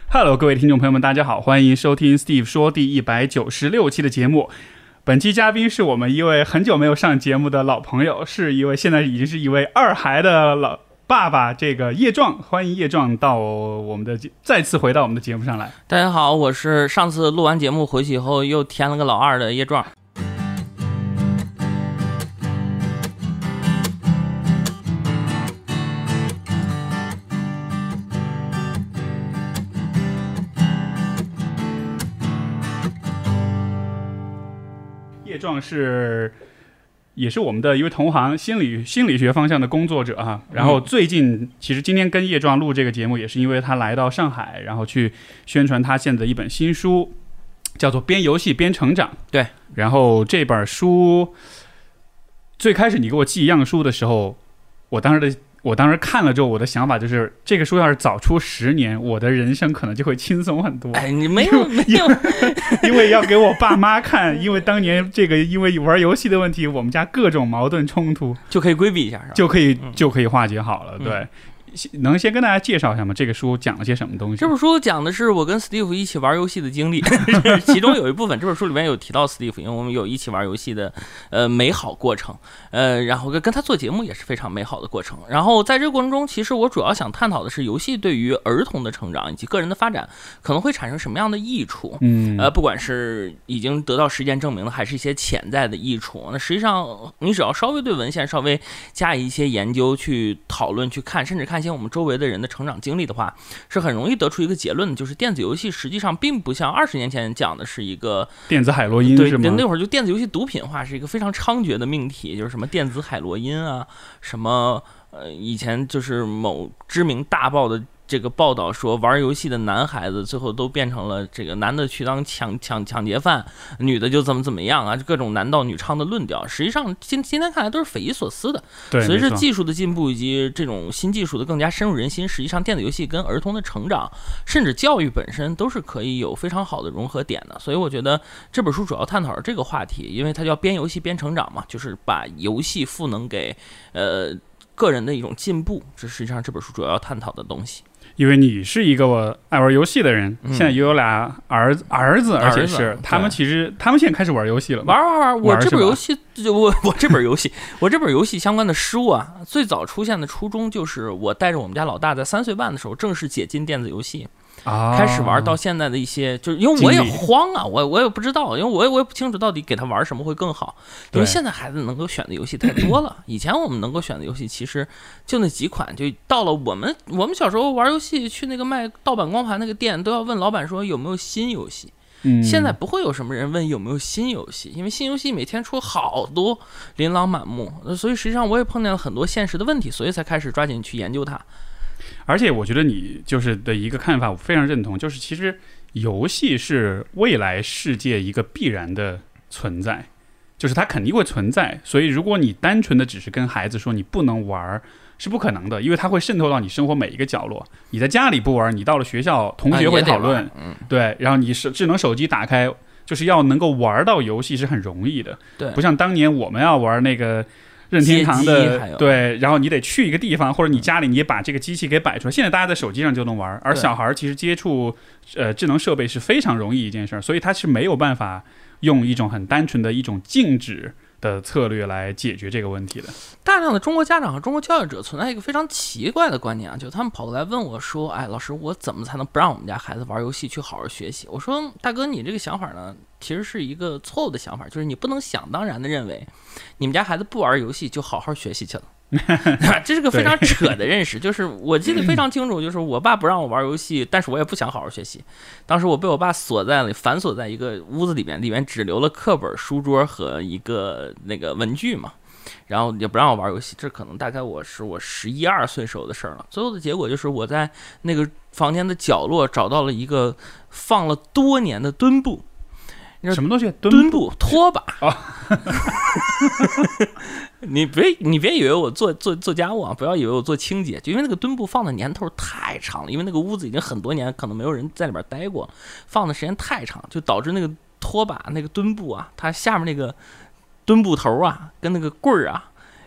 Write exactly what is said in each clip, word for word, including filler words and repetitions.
Hello， 各位听众朋友们，大家好，欢迎收听 Steve 说第一百九十六期的节目。本期嘉宾是我们一位很久没有上节目的老朋友，是一位现在已经是一位二孩的老爸爸，这个叶壮，欢迎叶壮到我们的再次回到我们的节目上来。 大家好，我是上次录完节目回去以后又添了个老二的叶壮。 叶壮是也是我们的一位同行，心理心理学方向的工作者哈。然后最近其实今天跟叶壮录这个节目，也是因为他来到上海，然后去宣传他现在的一本新书，叫做《边游戏边成长》。 对， 然后这本书最开始你给我寄样书的时候，我当时的我当时看了之后，我的想法就是，这个书要是早出十年，我的人生可能就会轻松很多。 哎，你没有没有， 因为要给我爸妈看，因为当年这个因为玩游戏的问题，我们家各种矛盾冲突就可以规避一下，是吧？ 就可以就可以化解好了。 嗯、 对，能先跟大家介绍一下吗？这个书讲了些什么东西？ 这本书讲的是我跟 Steve 一起玩游戏的经历，其中有一部分这本书里面有提到 Steve， 因为我们有一起玩游戏的呃美好过程，呃，然后跟跟他做节目也是非常美好的过程。然后在这个过程中，其实我主要想探讨的是游戏对于儿童的成长以及个人的发展可能会产生什么样的益处。 嗯， 呃，不管是已经得到实践证明的，还是一些潜在的益处。那实际上，你只要稍微对文献稍微加以一些研究、去讨论、去看，甚至看一些我们周围的人的成长经历的话，是很容易得出一个结论的，就是电子游戏实际上并不像二十年前讲的是一个电子海洛因， 对， 是吗？ 那会儿就电子游戏毒品化是一个非常猖獗的命题，就是什么电子海洛因啊，什么呃，以前就是某知名大报的这个报道说，玩游戏的男孩子最后都变成了这个男的去当抢抢抢劫犯，女的就怎么怎么样啊，各种男盗女娼的论调，实际上今今天看来都是匪夷所思的。 对， 随着技术的进步以及这种新技术的更加深入人心，实际上电子游戏跟儿童的成长，甚至教育本身都是可以有非常好的融合点的。所以我觉得这本书主要探讨这个话题，因为它叫边游戏边成长嘛，就是把游戏赋能给呃个人的一种进步，这实际上这本书主要要探讨的东西。 因为你是一个爱玩游戏的人，嗯、现在也有俩儿子，儿子，而且是他们其实他们现在开始玩游戏了， 玩玩玩。我这本游戏，我我这本游戏，我这本游戏相关的书啊，最早出现的初衷就是我带着我们家老大在三岁半的时候正式解禁电子游戏。 啊、 开始玩到现在的一些，就是因为我也慌啊，我我也不知道，因为我也我也不清楚到底给他玩什么会更好，因为现在孩子能够选的游戏太多了。以前我们能够选的游戏其实就那几款，就到了我们我们小时候玩游戏去那个卖盗版光盘那个店都要问老板说有没有新游戏。 嗯、 现在不会有什么人问有没有新游戏，因为新游戏每天出好多，琳琅满目，所以实际上我也碰见了很多现实的问题，所以才开始抓紧去研究它。 而且我觉得你就是的一个看法我非常认同，就是其实游戏是未来世界一个必然的存在，就是它肯定会存在，所以如果你单纯的只是跟孩子说你不能玩是不可能的，因为它会渗透到你生活每一个角落。你在家里不玩，你到了学校同学会讨论、啊嗯、对，然后你智能手机打开，就是要能够玩到游戏是很容易的， 对， 不像当年我们要玩那个任天堂的，对，然后你得去一个地方，或者你家里你也把这个机器给摆出来。现在大家在手机上就能玩，而小孩其实接触呃智能设备是非常容易一件事，所以他是没有办法用一种很单纯的一种静止的策略来解决这个问题的。 大量的中国家长和中国教育者存在一个非常奇怪的观念啊，就他们跑过来问我说：“哎，老师，我怎么才能不让我们家孩子玩游戏，去好好学习？”我说：“大哥，你这个想法呢，其实是一个错误的想法，就是你不能想当然的认为你们家孩子不玩游戏就好好学习去了。”这是个非常扯的认识。就是我记得非常清楚，就是我爸不让我玩游戏，但是我也不想好好学习。当时我被我爸锁在了反锁在一个屋子里面，里面只留了课本、书桌和一个那个文具嘛，然后也不让我玩游戏。这可能大概我是我十一二岁时候的事儿了。最后的结果就是我在那个房间的角落找到了一个放了多年的墩布。 什么东西？ 墩布、拖把。 哦、 你别你别以为我做做做家务啊，不要以为我做清洁，就因为那个墩布放的年头太长了，因为那个屋子已经很多年，可能没有人在里边待过，放的时间太长，就导致那个拖把那个墩布啊，它下面那个墩布头啊，跟那个棍儿啊，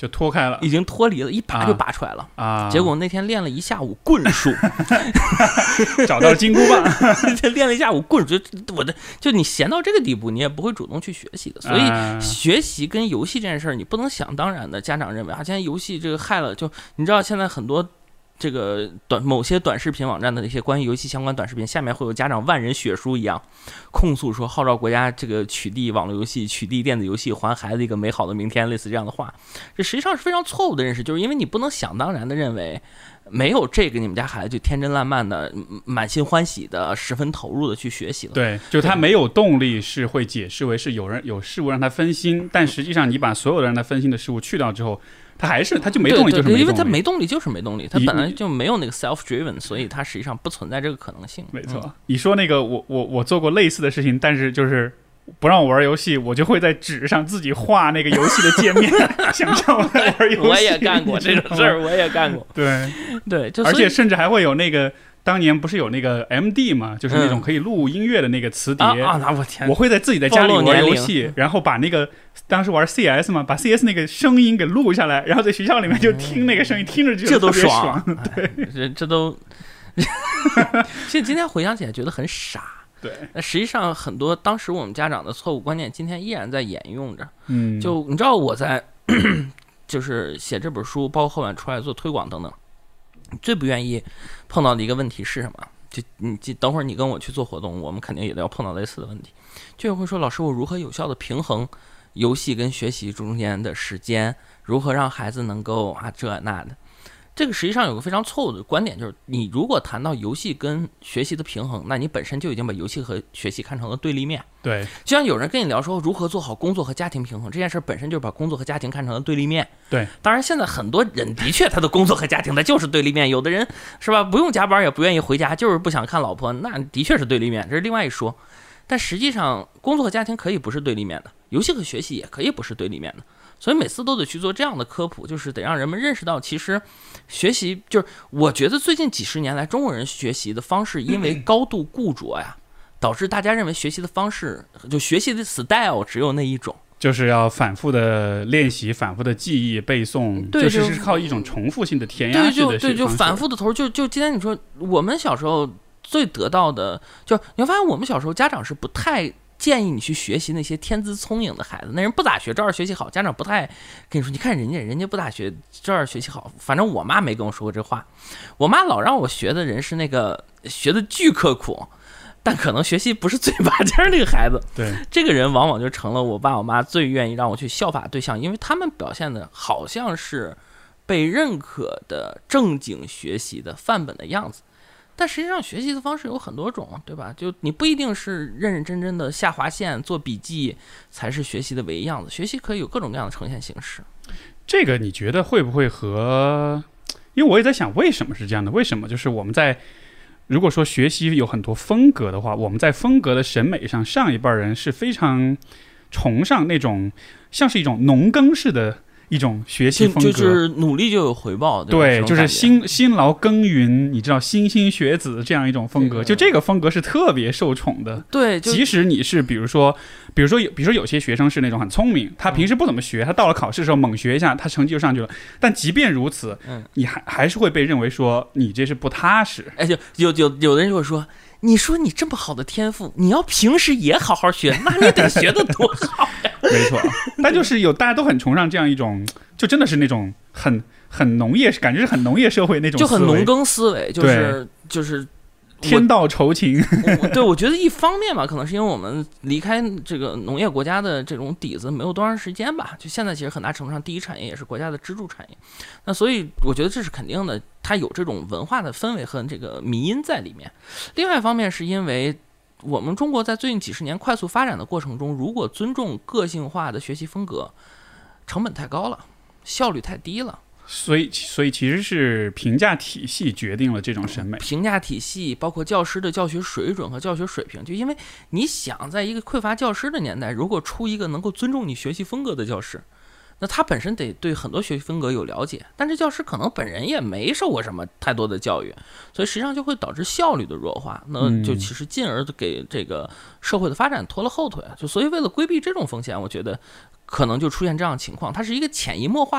就脱开了， 已经脱离了，一拔就拔出来了啊！ 结果那天练了一下午棍术， 找到了金箍棒， 练了一下午棍术，就我的就你闲到这个地步，你也不会主动去学习的。所以学习跟游戏这件事儿，你不能想当然的。家长认为啊，现在游戏这个害了，就你知道现在很多。这个短某些短视频网站的一些关于游戏相关短视频，下面会有家长万人血书一样控诉说，号召国家这个取缔网络游戏、取缔电子游戏，还孩子一个美好的明天，类似这样的话，这实际上是非常错误的认识，就是因为你不能想当然的认为没有这个，你们家孩子就天真烂漫的、满心欢喜的、十分投入的去学习了。 对，就他没有动力是会解释为是有人有事物让他分心，但实际上你把所有的让他分心的事物去掉之后。他还是他就没动力，就是没动力， 因为他没动力就是没动力，他本来就没有那个 self driven， 所以他实际上不存在这个可能性。 没错，嗯、你说那个我我我做过类似的事情，但是就是不让我玩游戏，我就会在纸上自己画那个游戏的界面，想象我在玩游戏。 我也干过这种事儿，我也干过。 对对，就而且甚至还会有那个。当年不是有那个 M D 嘛，就是那种可以录音乐的那个磁碟、 嗯、啊, 啊我天！ 我会在自己在家里玩游戏，然后把那个当时玩 C S 嘛，把 C S 那个声音给录下来，然后在学校里面就听那个声音，嗯、听着就这都爽。对， 这这都，其实今天回想起来觉得很傻。 对， 那实际上很多当时我们家长的错误观念，今天依然在沿用着。 嗯， 就你知道我在就是写这本书，包括后面出来做推广等等。最不愿意碰到的一个问题是什么？就你等会儿你跟我去做活动，我们肯定也要碰到类似的问题，就会说老师，我如何有效的平衡游戏跟学习中间的时间，如何让孩子能够啊这那的。这个实际上有个非常错误的观点，就是你如果谈到游戏跟学习的平衡，那你本身就已经把游戏和学习看成了对立面。 对， 就像有人跟你聊说如何做好工作和家庭平衡，这件事本身就是把工作和家庭看成了对立面。 对， 当然现在很多人的确他的工作和家庭他就是对立面，有的人是吧，不用加班也不愿意回家，就是不想看老婆，那的确是对立面，这是另外一说。但实际上工作和家庭可以不是对立面的，游戏和学习也可以不是对立面的。所以每次都得去做这样的科普，就是得让人们认识到，其实学习就是我觉得最近几十年来中国人学习的方式因为高度固着呀，导致大家认为学习的方式就学习的 style 只有那一种， 就是要反复的练习，反复的记忆背诵， 对， 就是是靠一种重复性的填鸭式的对，就反复的投入。就就今天你说我们小时候最得到的，就你会发现我们小时候家长是不太建议你去学习那些天资聪颖的孩子，那人不咋学照样学习好，家长不太跟你说，你看人家人家不咋学照样学习好。反正我妈没跟我说过这话，我妈老让我学的人是那个学的巨刻苦，但可能学习不是最拔尖那个孩子。 对， 这个人往往就成了我爸我妈最愿意让我去效法对象，因为他们表现的好像是被认可的正经学习的范本的样子。但实际上学习的方式有很多种，对吧？就你不一定是认认真真的下划线做笔记才是学习的唯一样子，学习可以有各种各样的呈现形式。 这个你觉得会不会和，因为我也在想为什么是这样的，为什么就是我们在如果说学习有很多风格的话，我们在风格的审美上，上一辈人是非常崇尚那种像是一种农耕式的一种学习风格， 就就是努力就有回报， 对, 对，就是辛辛劳耕耘，你知道莘莘学子这样一种风格，就这个风格是特别受宠的。 对， 即使你是比如说，比如说有，比如说有些学生是那种很聪明，他平时不怎么学，他到了考试的时候猛学一下，他成绩就上去了。但即便如此， 嗯， 你还还是会被认为说你这是不踏实。 哎，就有有有的人就会说，你说你这么好的天赋，你要平时也好好学，那你得学得多好呀。 没错，但就是有大家都很崇尚这样一种，就真的是那种很很农业，感觉是很农业社会那种思维， 就很农耕思维，就是就是天道酬勤。 我对，我觉得一方面吧，可能是因为我们离开这个农业国家的这种底子没有多长时间吧，就现在其实很大程度上第一产业也是国家的支柱产业，那所以我觉得这是肯定的，它有这种文化的氛围和这个迷因在里面。另外一方面是因为我们中国在最近几十年快速发展的过程中，如果尊重个性化的学习风格，成本太高了，效率太低了。 所以，所以其实是评价体系决定了这种审美。 评价体系包括教师的教学水准和教学水平，就因为你想，在一个匮乏教师的年代，如果出一个能够尊重你学习风格的教师，那他本身得对很多学习风格有了解，但这教师可能本人也没受过什么太多的教育，所以实际上就会导致效率的弱化，那就其实进而给这个社会的发展拖了后腿。就所以为了规避这种风险，我觉得可能就出现这样的情况，它是一个潜移默化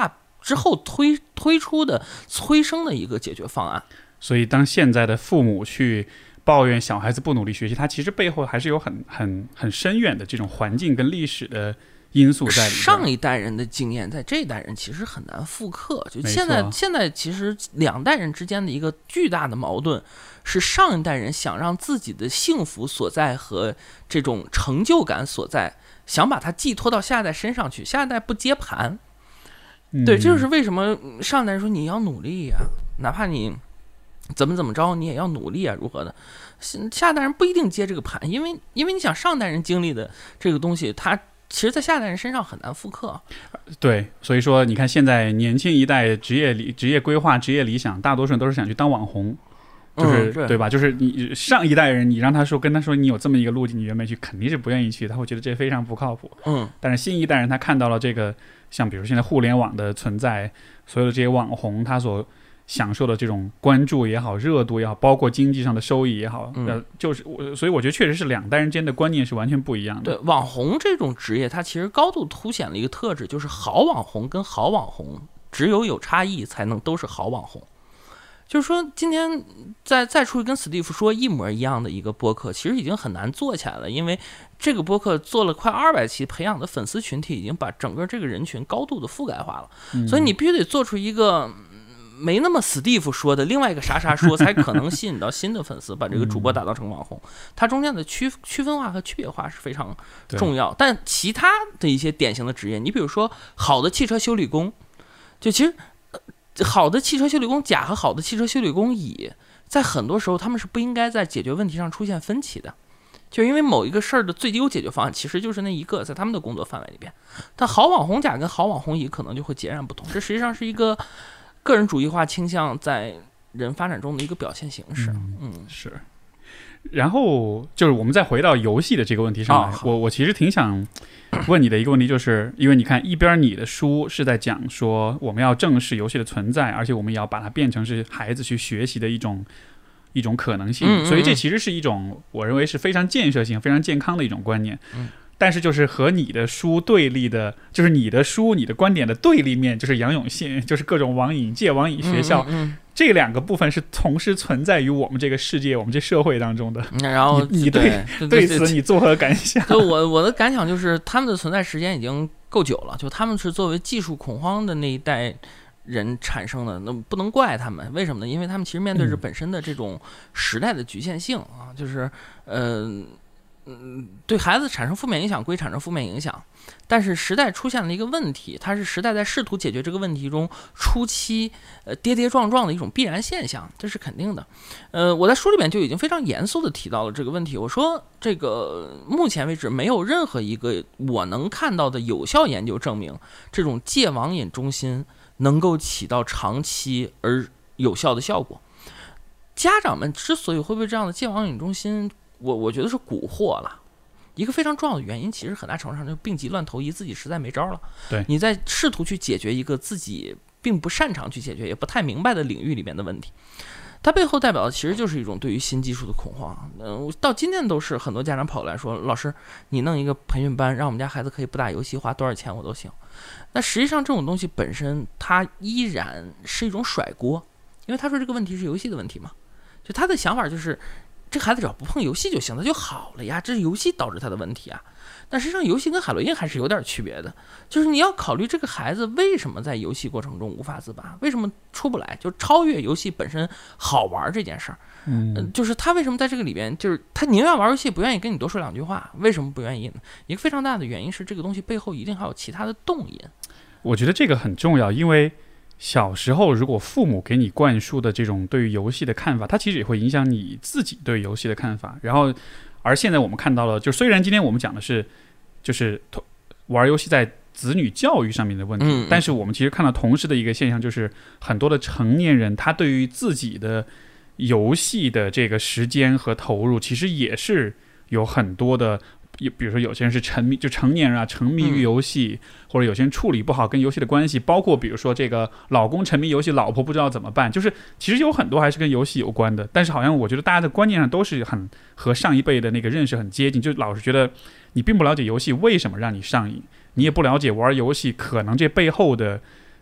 之后推推出的催生的一个解决方案。 所以当现在的父母去抱怨小孩子不努力学习，他其实背后还是有很很很深远的这种环境跟历史的因素在里面。 上一代人的经验在这一代人其实很难复刻，就现在现在其实两代人之间的一个巨大的矛盾是，上一代人想让自己的幸福所在和这种成就感所在想把它寄托到下一代身上去，下一代不接盘。 嗯、 对，这就是为什么上一代人说你要努力呀、啊，哪怕你怎么怎么着你也要努力啊，如何的，下一代人不一定接这个盘，因为因为你想上代人经历的这个东西，它其实在下一代人身上很难复刻。 对，所以说你看现在年轻一代职业理职业规划职业理想，大多数人都是想去当网红，就是、 嗯、对, 对吧？就是你上一代人，你让他说跟他说你有这么一个路径，你愿不愿意去，肯定是不愿意去，他会觉得这非常不靠谱。 嗯， 但是新一代人他看到了这个，像比如现在互联网的存在，所有的这些网红他所享受的这种关注也好，热度也好，包括经济上的收益也好， 嗯、 呃，就是我，所以我觉得确实是两代人间的观念是完全不一样的。 对，网红这种职业，它其实高度凸显了一个特质，就是好网红跟好网红只有有差异才能都是好网红。就是说，今天再再出去跟史蒂夫说一模一样的一个播客，其实已经很难做起来了，因为这个播客做了快二百期，培养的粉丝群体已经把整个这个人群高度的覆盖化了， 嗯、 所以你必须得做出一个没那么史蒂夫说的另外一个啥啥说，才可能吸引到新的粉丝，把这个主播打造成网红。它中间的区区分化和区别化是非常重要。但其他的一些典型的职业，你比如说好的汽车修理工，就其实。好的汽车修理工甲和好的汽车修理工乙，在很多时候他们是不应该在解决问题上出现分歧的，就因为某一个事儿的最优解决方案其实就是那一个，在他们的工作范围里边。但好网红甲跟好网红乙可能就会截然不同，这实际上是一个个人主义化倾向在人发展中的一个表现形式。 嗯， 嗯是。然后就是我们再回到游戏的这个问题上来，哦、我我其实挺想问你的一个问题，就是因为你看一边你的书是在讲说我们要正视游戏的存在，而且我们也要把它变成是孩子去学习的一种一种可能性， 嗯嗯嗯， 所以这其实是一种我认为是非常建设性非常健康的一种观念。 嗯， 但是就是和你的书对立的，就是你的书你的观点的对立面，就是杨永信，就是各种网瘾戒网瘾学校， 嗯嗯嗯， 这两个部分是同时存在于我们这个世界我们这社会当中的。 然后你, 你对对对此你作何感想？ 就我我的感想就是他们的存在时间已经够久了，就他们是作为技术恐慌的那一代人产生的，那不能怪他们，为什么呢？因为他们其实面对着本身的这种时代的局限性啊，就是呃嗯，对孩子产生负面影响归产生负面影响，但是时代出现了一个问题，它是时代在试图解决这个问题中初期呃跌跌撞撞的一种必然现象，这是肯定的。呃，我在书里面就已经非常严肃地提到了这个问题，我说这个目前为止没有任何一个我能看到的有效研究证明这种戒网瘾中心能够起到长期而有效的效果。家长们之所以会被这样的戒网瘾中心我我觉得是蛊惑了，一个非常重要的原因，其实很大程度上就是病急乱投医，自己实在没招了。 对， 你在试图去解决一个自己并不擅长去解决，也不太明白的领域里面的问题，它背后代表的其实就是一种对于新技术的恐慌。嗯、呃，到今天都是很多家长跑来说，老师，你弄一个培训班，让我们家孩子可以不打游戏，花多少钱我都行。那实际上这种东西本身，它依然是一种甩锅，因为他说这个问题是游戏的问题嘛，就他的想法就是。这孩子只要不碰游戏就行，那就好了呀。这是游戏导致他的问题啊。但实际上，游戏跟海洛因还是有点区别的，就是你要考虑这个孩子为什么在游戏过程中无法自拔，为什么出不来，就超越游戏本身好玩这件事儿。 嗯、 呃，就是他为什么在这个里边，就是他宁愿玩游戏，不愿意跟你多说两句话。为什么不愿意呢？一个非常大的原因是这个东西背后一定还有其他的动因。 我觉得这个很重要，因为小时候如果父母给你灌输的这种对于游戏的看法，它其实也会影响你自己对游戏的看法。然后而现在我们看到了，就虽然今天我们讲的是就是玩游戏在子女教育上面的问题、 嗯嗯、 但是我们其实看到同时的一个现象，就是很多的成年人他对于自己的游戏的这个时间和投入其实也是有很多的，比如说有些人是沉迷，就成年人啊沉迷于游戏、嗯、或者有些人处理不好跟游戏的关系，包括比如说这个老公沉迷游戏，老婆不知道怎么办，就是其实有很多还是跟游戏有关的。但是好像我觉得大家的观念上都是很和上一辈的那个认识很接近，就老是觉得你并不了解游戏为什么让你上瘾，你也不了解玩游戏可能这背后的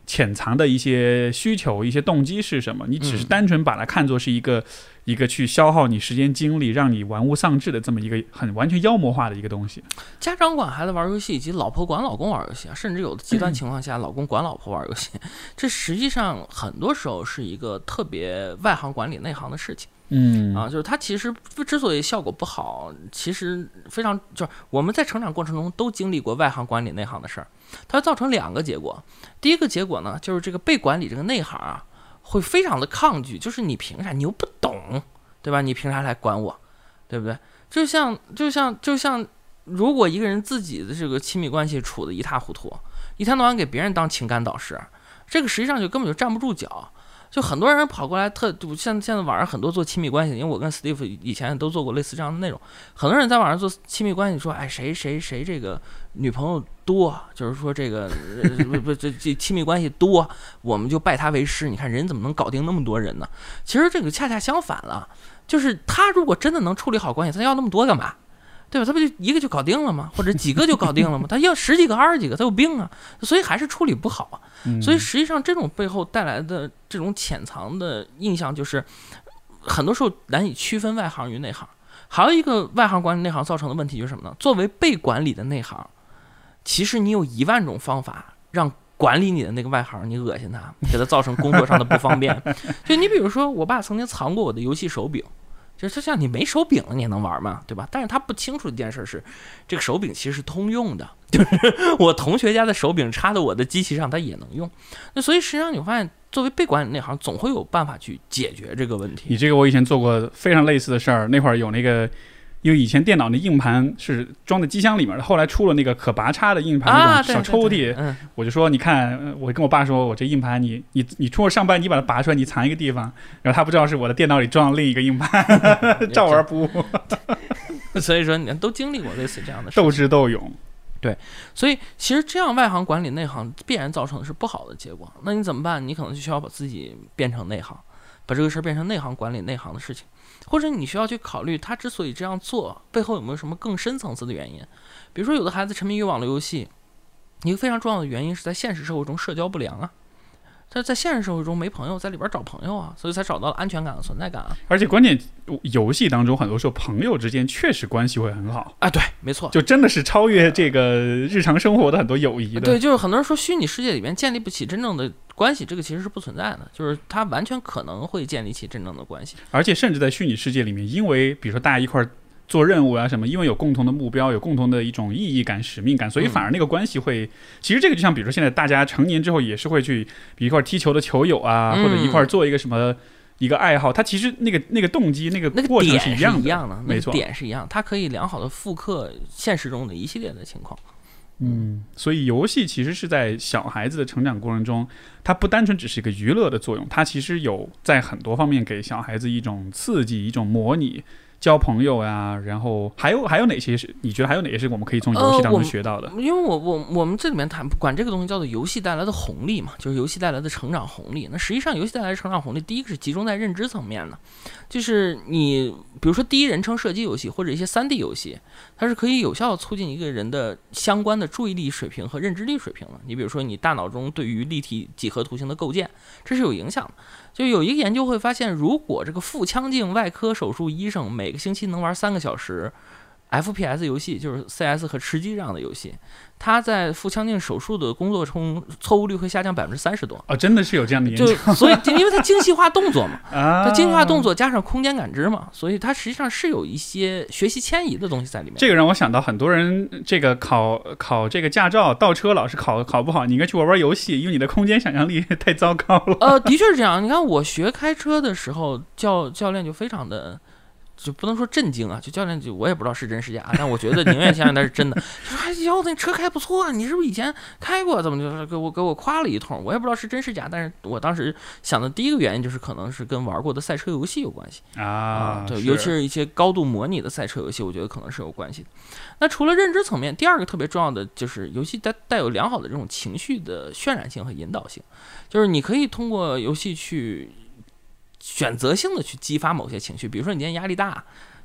潜藏的一些需求、一些动机是什么，你只是单纯把它看作是一个、嗯、一个去消耗你时间精力，让你玩物丧志的这么一个很完全妖魔化的一个东西。 家长管孩子玩游戏，以及老婆管老公玩游戏，甚至有的极端情况下，嗯、老公管老婆玩游戏，这实际上很多时候是一个特别外行管理内行的事情。 嗯啊，就是它其实之所以效果不好，其实非常就是我们在成长过程中都经历过外行管理内行的事儿，它会造成两个结果。第一个结果呢，就是这个被管理这个内行啊，会非常的抗拒，就是你凭啥？你又不懂，对吧？你凭啥来管我，对不对？就像就像就像，如果一个人自己的这个亲密关系处得一塌糊涂，一天到晚给别人当情感导师，这个实际上就根本就站不住脚。就很多人跑过来特，像现在网上很多做亲密关系，因为我跟 Steve 以前都做过类似这样的内容，很多人在网上做亲密关系说，哎，谁谁谁这个女朋友多，就是说这个不不这这亲密关系多，我们就拜他为师。你看人怎么能搞定那么多人呢？其实这个恰恰相反了，就是他如果真的能处理好关系，他要那么多干嘛？对吧？他不就一个就搞定了吗？或者几个就搞定了吗？他要十几个、二十几个，他有病啊！所以还是处理不好啊。所以实际上这种背后带来的这种潜藏的印象，就是很多时候难以区分外行与内行。还有一个外行管理内行造成的问题就是什么呢？作为被管理的内行，其实你有一万种方法让管理你的那个外行你恶心他，给他造成工作上的不方便。就你比如说，我爸曾经藏过我的游戏手柄。就是像你没手柄了，你也能玩嘛，对吧？但是他不清楚一件事是，这个手柄其实是通用的，就是我同学家的手柄插到我的机器上，它也能用。那所以实际上你发现，作为被管理内行，总会有办法去解决这个问题。 你这个我以前做过非常类似的事儿，那会儿有那个。因为以前电脑的硬盘是装在机箱里面的，后来出了那个可拔插的硬盘那种小抽屉， 啊、对对对嗯、 我就说你看，我跟我爸说，我这硬盘你你你出了上班，你把它拔出来，你藏一个地方，然后他不知道是我的电脑里装了另一个硬盘，照玩不误。 所以说你都经历过类似这样的事， 斗智斗勇。 对，所以其实这样外行管理内行必然造成的是不好的结果。那你怎么办？你可能就需要把自己变成内行，把这个事变成内行管理内行的事情。或者你需要去考虑他之所以这样做背后有没有什么更深层次的原因。比如说有的孩子沉迷于网络游戏，一个非常重要的原因是在现实社会中社交不良啊，他在现实社会中没朋友，在里边找朋友啊，所以才找到了安全感和存在感啊。 而且关键游戏当中很多时候朋友之间确实关系会很好啊，对，没错， 就真的是超越这个日常生活的很多友谊的。 对，就是很多人说虚拟世界里面建立不起真正的关系，这个其实是不存在的，就是它完全可能会建立起真正的关系。 而且甚至在虚拟世界里面，因为比如说大家一块做任务啊什么，因为有共同的目标，有共同的一种意义感、使命感，所以反而那个关系会，嗯、其实这个就像比如说现在大家成年之后也是会去比一块踢球的球友啊，嗯、或者一块做一个什么一个爱好，它其实那个那个动机、那个过程是一样的， 那个点是一样的， 没错， 那个点是一样，它可以良好的复刻现实中的一系列的情况。 嗯，所以游戏其实是在小孩子的成长过程中，它不单纯只是一个娱乐的作用，它其实有在很多方面给小孩子一种刺激、一种模拟。交朋友呀，然后还有还有哪些是你觉得还有哪些是我们可以从游戏当中学到的？ 呃、因为我我我们这里面谈管这个东西叫做游戏带来的红利嘛，就是游戏带来的成长红利。那实际上游戏带来的成长红利，第一个是集中在认知层面的，就是你比如说第一人称射击游戏或者一些 三 D 游戏，它是可以有效地促进一个人的相关的注意力水平和认知力水平的。你比如说你大脑中对于立体几何图形的构建，这是有影响的。就有一个研究会发现，如果这个腹腔镜外科手术医生每个星期能玩三个小时 F P S 游戏，就是 C S 和吃鸡这样的游戏，他在腹腔镜手术的工作中错误率会下降百分之三十多。 哦，真的是有这样的研究。 就所以因为它精细化动作嘛， 啊， 它精细化动作加上空间感知嘛，所以它实际上是有一些学习迁移的东西在里面。 这个让我想到很多人这个考考这个驾照倒车老是考考不好，你应该去玩玩游戏，因为你的空间想象力太糟糕了。 呃，的确是这样。你看我学开车的时候，教教练就非常的。就不能说震惊啊，就教练就我也不知道是真是假，但我觉得宁愿相信他是真的。就说哎，腰子你车开不错啊，你是不是以前开过？怎么就给我给我夸了一通？我也不知道是真是假，但是我当时想的第一个原因就是可能是跟玩过的赛车游戏有关系啊， 啊对，尤其是一些高度模拟的赛车游戏，我觉得可能是有关系的。那除了认知层面，第二个特别重要的就是游戏带带有良好的这种情绪的渲染性和引导性，就是你可以通过游戏去。选择性的去激发某些情绪，比如说你今天压力大，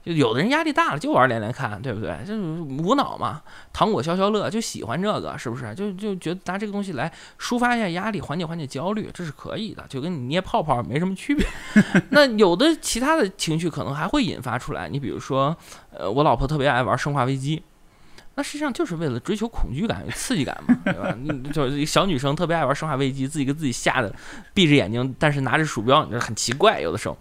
就有的人压力大了就玩连连看，对不对？就是无脑嘛，糖果消消乐，就喜欢这个，是不是？就就觉得拿这个东西来抒发一下压力，缓解缓解焦虑，这是可以的，就跟你捏泡泡没什么区别。那有的其他的情绪可能还会引发出来，你比如说，呃，我老婆特别爱玩生化危机。那实际上就是为了追求恐惧感、有刺激感嘛，对吧？就是小女生特别爱玩生化危机，自己给自己吓得闭着眼睛，但是拿着鼠标，你这很奇怪，有的时候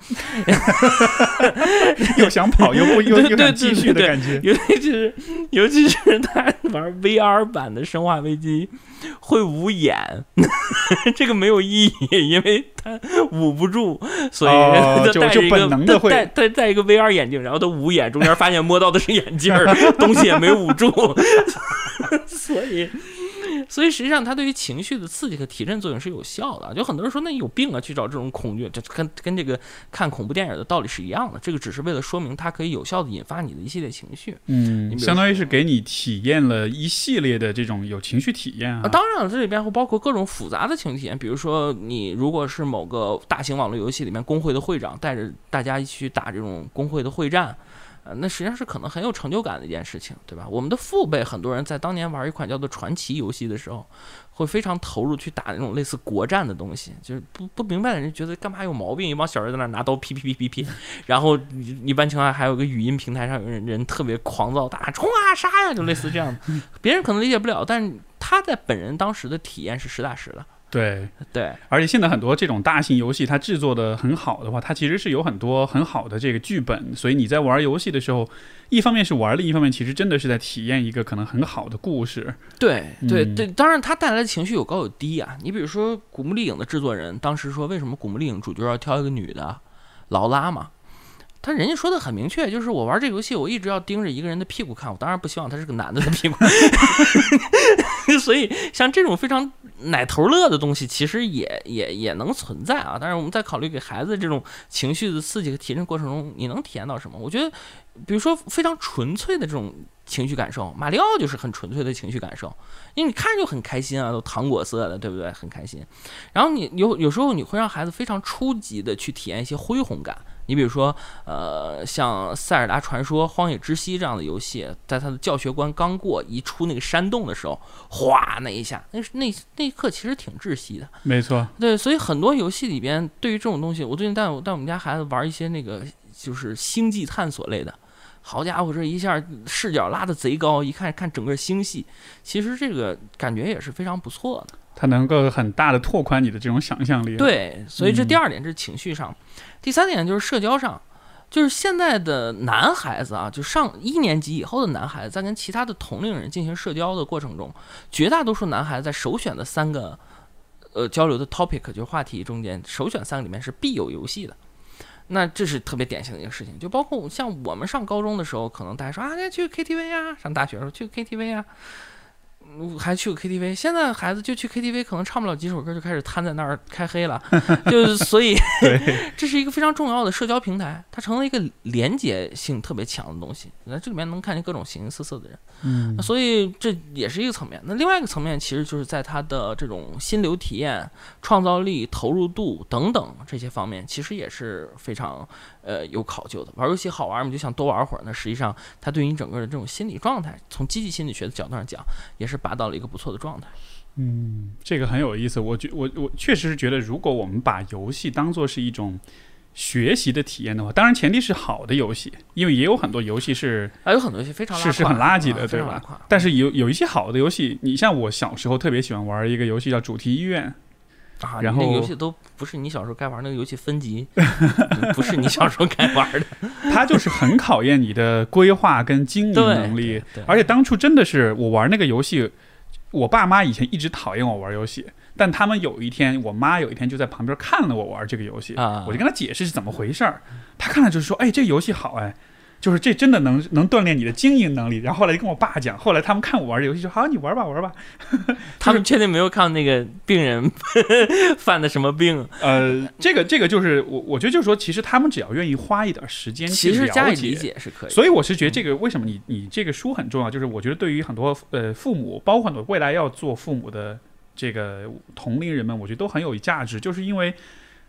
又想跑又不又又想继续的感觉。 尤其是尤其是他玩 V R 版的生化危机会捂眼，这个没有意义，因为他捂不住，所以他戴着一个、 哦、 戴戴戴一个 V R 眼镜，然后他捂眼，中间发现摸到的是眼镜，东西也没捂住。所以，所以实际上它对于情绪的刺激和提振作用是有效的。就很多人说，那你有病啊，去找这种恐惧，这跟跟这个看恐怖电影的道理是一样的。这个只是为了说明它可以有效的引发你的一系列情绪。 嗯，相当于是给你体验了一系列的这种有情绪体验啊。 啊当然了，这里边会包括各种复杂的情绪体验，比如说你如果是某个大型网络游戏里面工会的会长，带着大家一起去打这种工会的会战。呃，那实际上是可能很有成就感的一件事情，对吧？我们的父辈很多人在当年玩一款叫做传奇游戏的时候，会非常投入去打那种类似国战的东西，就是不不明白的人觉得干嘛有毛病，一帮小人在那拿刀劈劈劈劈劈，然后一般情况下还有个语音平台上有人人特别狂躁大冲啊杀呀，就类似这样的，别人可能理解不了，但是他在本人当时的体验是实打实的。 对对， 而且现在很多这种大型游戏，它制作的很好的话，它其实是有很多很好的这个剧本，所以你在玩游戏的时候，一方面是玩，另一方面其实真的是在体验一个可能很好的故事。 对对对，当然它带来的情绪有高有低啊。你比如说《古墓丽影》的制作人当时说，为什么《古墓丽影》主角要挑一个女的，劳拉嘛？他人家说的很明确，就是我玩这个游戏，我一直要盯着一个人的屁股看，我当然不希望他是个男的的屁股。所以像这种非常奶头乐的东西，其实也也也能存在啊。但是我们在考虑给孩子这种情绪的刺激和提振过程中，你能体验到什么？我觉得，比如说非常纯粹的这种情绪感受，马里奥就是很纯粹的情绪感受，因为你看着就很开心啊，都糖果色的，对不对？很开心。然后你有有时候你会让孩子非常初级的去体验一些恢宏感。你比如说，呃，像《塞尔达传说：荒野之息》这样的游戏，在它的教学关刚过一出那个山洞的时候，哗那一下，那那那一刻其实挺窒息的。 没错， 对，所以很多游戏里边对于这种东西，我最近带我带我们家孩子玩一些那个就是星际探索类的。好家伙，这一下视角拉得贼高，一看看整个星系，其实这个感觉也是非常不错的。 它能够很大的拓宽你的这种想象力。 对，所以这第二点是情绪上，嗯、第三点就是社交上，就是现在的男孩子啊，就上一年级以后的男孩子，在跟其他的同龄人进行社交的过程中，绝大多数男孩子在首选的三个呃交流的 topic 就是话题中间，首选三个里面是必有游戏的。那这是特别典型的一个事情，就包括像我们上高中的时候，可能大家说啊，去 K T V 啊，上大学的时候去 K T V 啊。还去 K T V， 现在孩子就去 K T V， 可能唱不了几首歌就开始瘫在那儿开黑了，就是所以这是一个非常重要的社交平台，它成了一个连结性特别强的东西，在这里面能看见各种形形色色的人，嗯，所以这也是一个层面。那另外一个层面，其实就是在它的这种心流体验、创造力、投入度等等这些方面，其实也是非常呃有考究的。玩游戏好玩，你就想多玩会儿，那实际上它对于你整个的这种心理状态，从积极心理学的角度上讲，也是达到了一个不错的状态。 嗯，这个很有意思。我觉我我确实是觉得，如果我们把游戏当作是一种学习的体验的话，当然前提是好的游戏，因为也有很多游戏是啊，有很多游戏非常是是很垃圾的， 啊、 对吧？但是有有一些好的游戏，你像我小时候特别喜欢玩一个游戏叫主题医院。 啊， 然后那个游戏都不是你小时候该玩，那个游戏分级不是你小时候该玩的。 它就是很考验你的规划跟经营能力，而且当初真的是我玩那个游戏，我爸妈以前一直讨厌我玩游戏，但他们有一天，我妈有一天就在旁边看了我玩这个游戏， 啊、 我就跟他解释是怎么回事儿，他看了就是说，哎，这个游戏好哎。就是这真的能能锻炼你的经营能力，然后后来就跟我爸讲，后来他们看我玩这游戏说好，你玩吧玩吧。 他们确定没有看那个病人犯的什么病？ 呃，这个这个就是我我觉得就是说，其实他们只要愿意花一点时间去了解， 其实加以理解是可以。 所以我是觉得这个为什么你你这个书很重要，就是我觉得对于很多呃父母，包括很多未来要做父母的这个同龄人们，我觉得都很有价值，就是因为。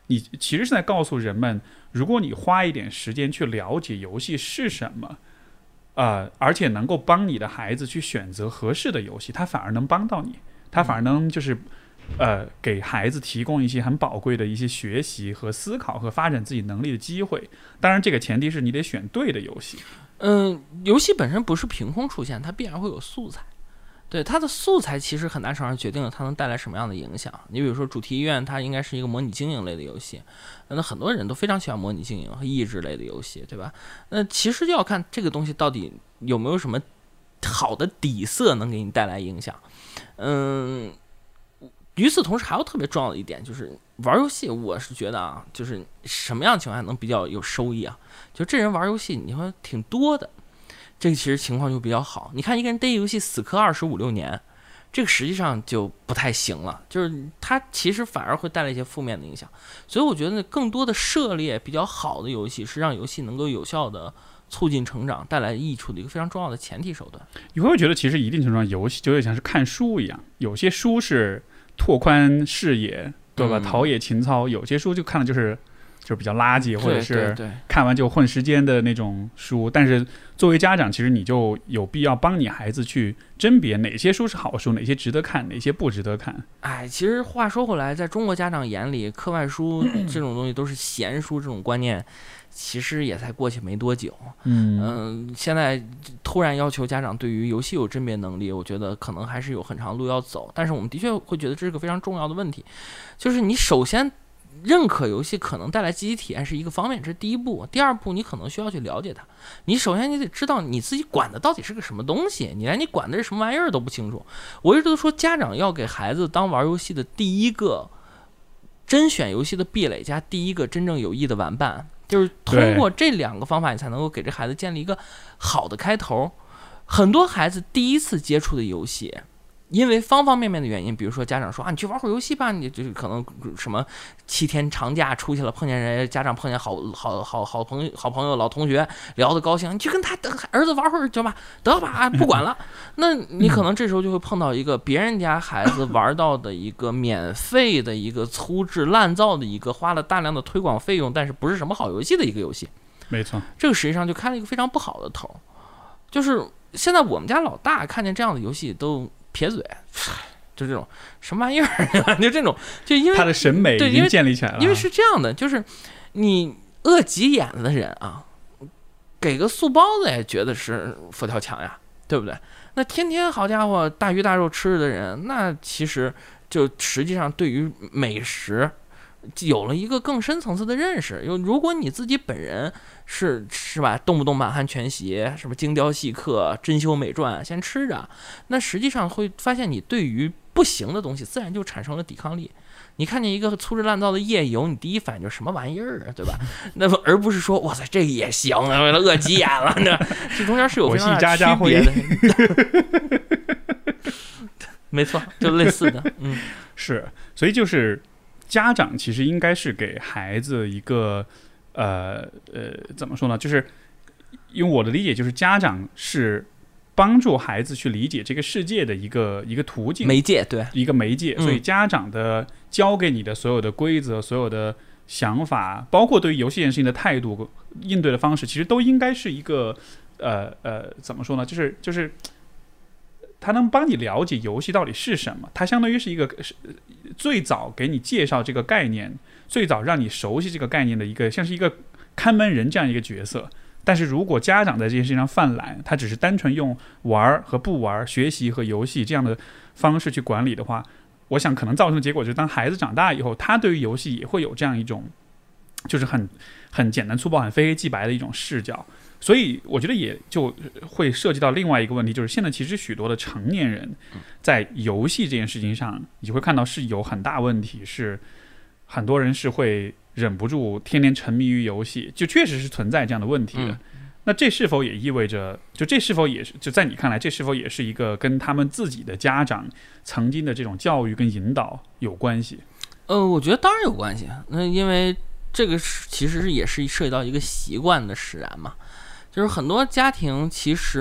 你其实是在告诉人们，如果你花一点时间去了解游戏是什么，呃，而且能够帮你的孩子去选择合适的游戏，它反而能帮到你，它反而能就是呃给孩子提供一些很宝贵的一些学习和思考和发展自己能力的机会。当然，这个前提是你得选对的游戏。 嗯，游戏本身不是凭空出现，它必然会有素材。对，它的素材其实很大程度上决定了它能带来什么样的影响。你比如说主题医院，它应该是一个模拟经营类的游戏，那很多人都非常喜欢模拟经营和益智类的游戏，对吧？那其实就要看这个东西到底有没有什么好的底色能给你带来影响。嗯，与此同时还有特别重要的一点就是玩游戏，我是觉得啊，就是什么样的情况下能比较有收益啊？就这人玩游戏，你说挺多的。这个其实情况就比较好。你看一个人逮游戏死磕二十五六年，这个实际上就不太行了，就是它其实反而会带来一些负面的影响。所以我觉得更多的涉猎比较好的游戏，是让游戏能够有效的促进成长、带来益处的一个非常重要的前提手段。 你会觉得其实一定程度上，游戏就有点像是看书一样，有些书是拓宽视野，对吧？ 嗯、 陶冶情操，有些书就看的就是就是比较垃圾，或者是对对看完就混时间的那种书。但是作为家长，其实你就有必要帮你孩子去甄别哪些书是好书，哪些值得看，哪些不值得看。 哎，其实话说回来，在中国家长眼里，课外书这种东西都是闲书，这种观念其实也才过去没多久。 嗯、 呃、现在突然要求家长对于游戏有甄别能力，我觉得可能还是有很长路要走。但是我们的确会觉得这是个非常重要的问题，就是你首先认可游戏可能带来积极体验是一个方面，这是第一步。第二步，你可能需要去了解它。你首先你得知道你自己管的到底是个什么东西，你连你管的是什么玩意儿都不清楚。我一直都说，家长要给孩子当玩游戏的第一个甄选游戏的壁垒加第一个真正有益的玩伴，就是通过这两个方法，你才能够给这孩子建立一个好的开头。很多孩子第一次接触的游戏，因为方方面面的原因，比如说家长说啊，你去玩会儿游戏吧，你就可能什么七天长假出去了，碰见人家长碰见好好好好朋友好朋友老同学聊得高兴，你去跟他儿子玩会儿就吧，得吧，不管了。那你可能这时候就会碰到一个别人家孩子玩到的一个免费的一个粗制滥造的一个花了大量的推广费用，但是不是什么好游戏的一个游戏。 没错， 这个实际上就开了一个非常不好的头。就是现在我们家老大看见这样的游戏都撇嘴，就这种什么玩意儿，就这种，就因为他的审美已经建立起来了。 因为是这样的，就是你饿急眼了的人啊，给个素包子也觉得是佛跳墙呀，对不对？那天天好家伙大鱼大肉吃的人，那其实就实际上对于美食有了一个更深层次的认识。如果你自己本人是是吧，动不动满汉全席，什么精雕细刻、珍馐美馔，先吃着，那实际上会发现你对于不行的东西自然就产生了抵抗力。你看见一个粗制滥造的夜游，你第一反应就是什么玩意儿啊，对吧？那么而不是说哇塞这个也行啊，为了饿急眼了呢，这中间是有非常大的区别的。没错，就类似的，嗯， 是，所以就是家长其实应该是给孩子一个。呃呃，怎么说呢？就是因为我的理解，就是家长是帮助孩子去理解这个世界的一个一个途径、 媒介，对， 一个媒介。 嗯、 所以家长的教给你的所有的规则、所有的想法，包括对于游戏这件事情的态度、应对的方式，其实都应该是一个呃呃，怎么说呢？就是就是。它能帮你了解游戏到底是什么，它相当于是一个最早给你介绍这个概念，最早让你熟悉这个概念的一个，像是一个看门人这样一个角色。但是如果家长在这件事情上犯懒，他只是单纯用玩和不玩、学习和游戏这样的方式去管理的话，我想可能造成的结果就是，当孩子长大以后，他对于游戏也会有这样一种，就是很很简单粗暴、很非黑即白的一种视角。所以我觉得也就会涉及到另外一个问题，就是现在其实许多的成年人在游戏这件事情上，你会看到是有很大问题，是很多人是会忍不住天天沉迷于游戏，就确实是存在这样的问题的。嗯、那这是否也意味着，就这是否也是，就在你看来，这是否也是一个跟他们自己的家长曾经的这种教育跟引导有关系？ 呃，我觉得当然有关系。那因为这个其实也是涉及到一个习惯的使然嘛。就是很多家庭其实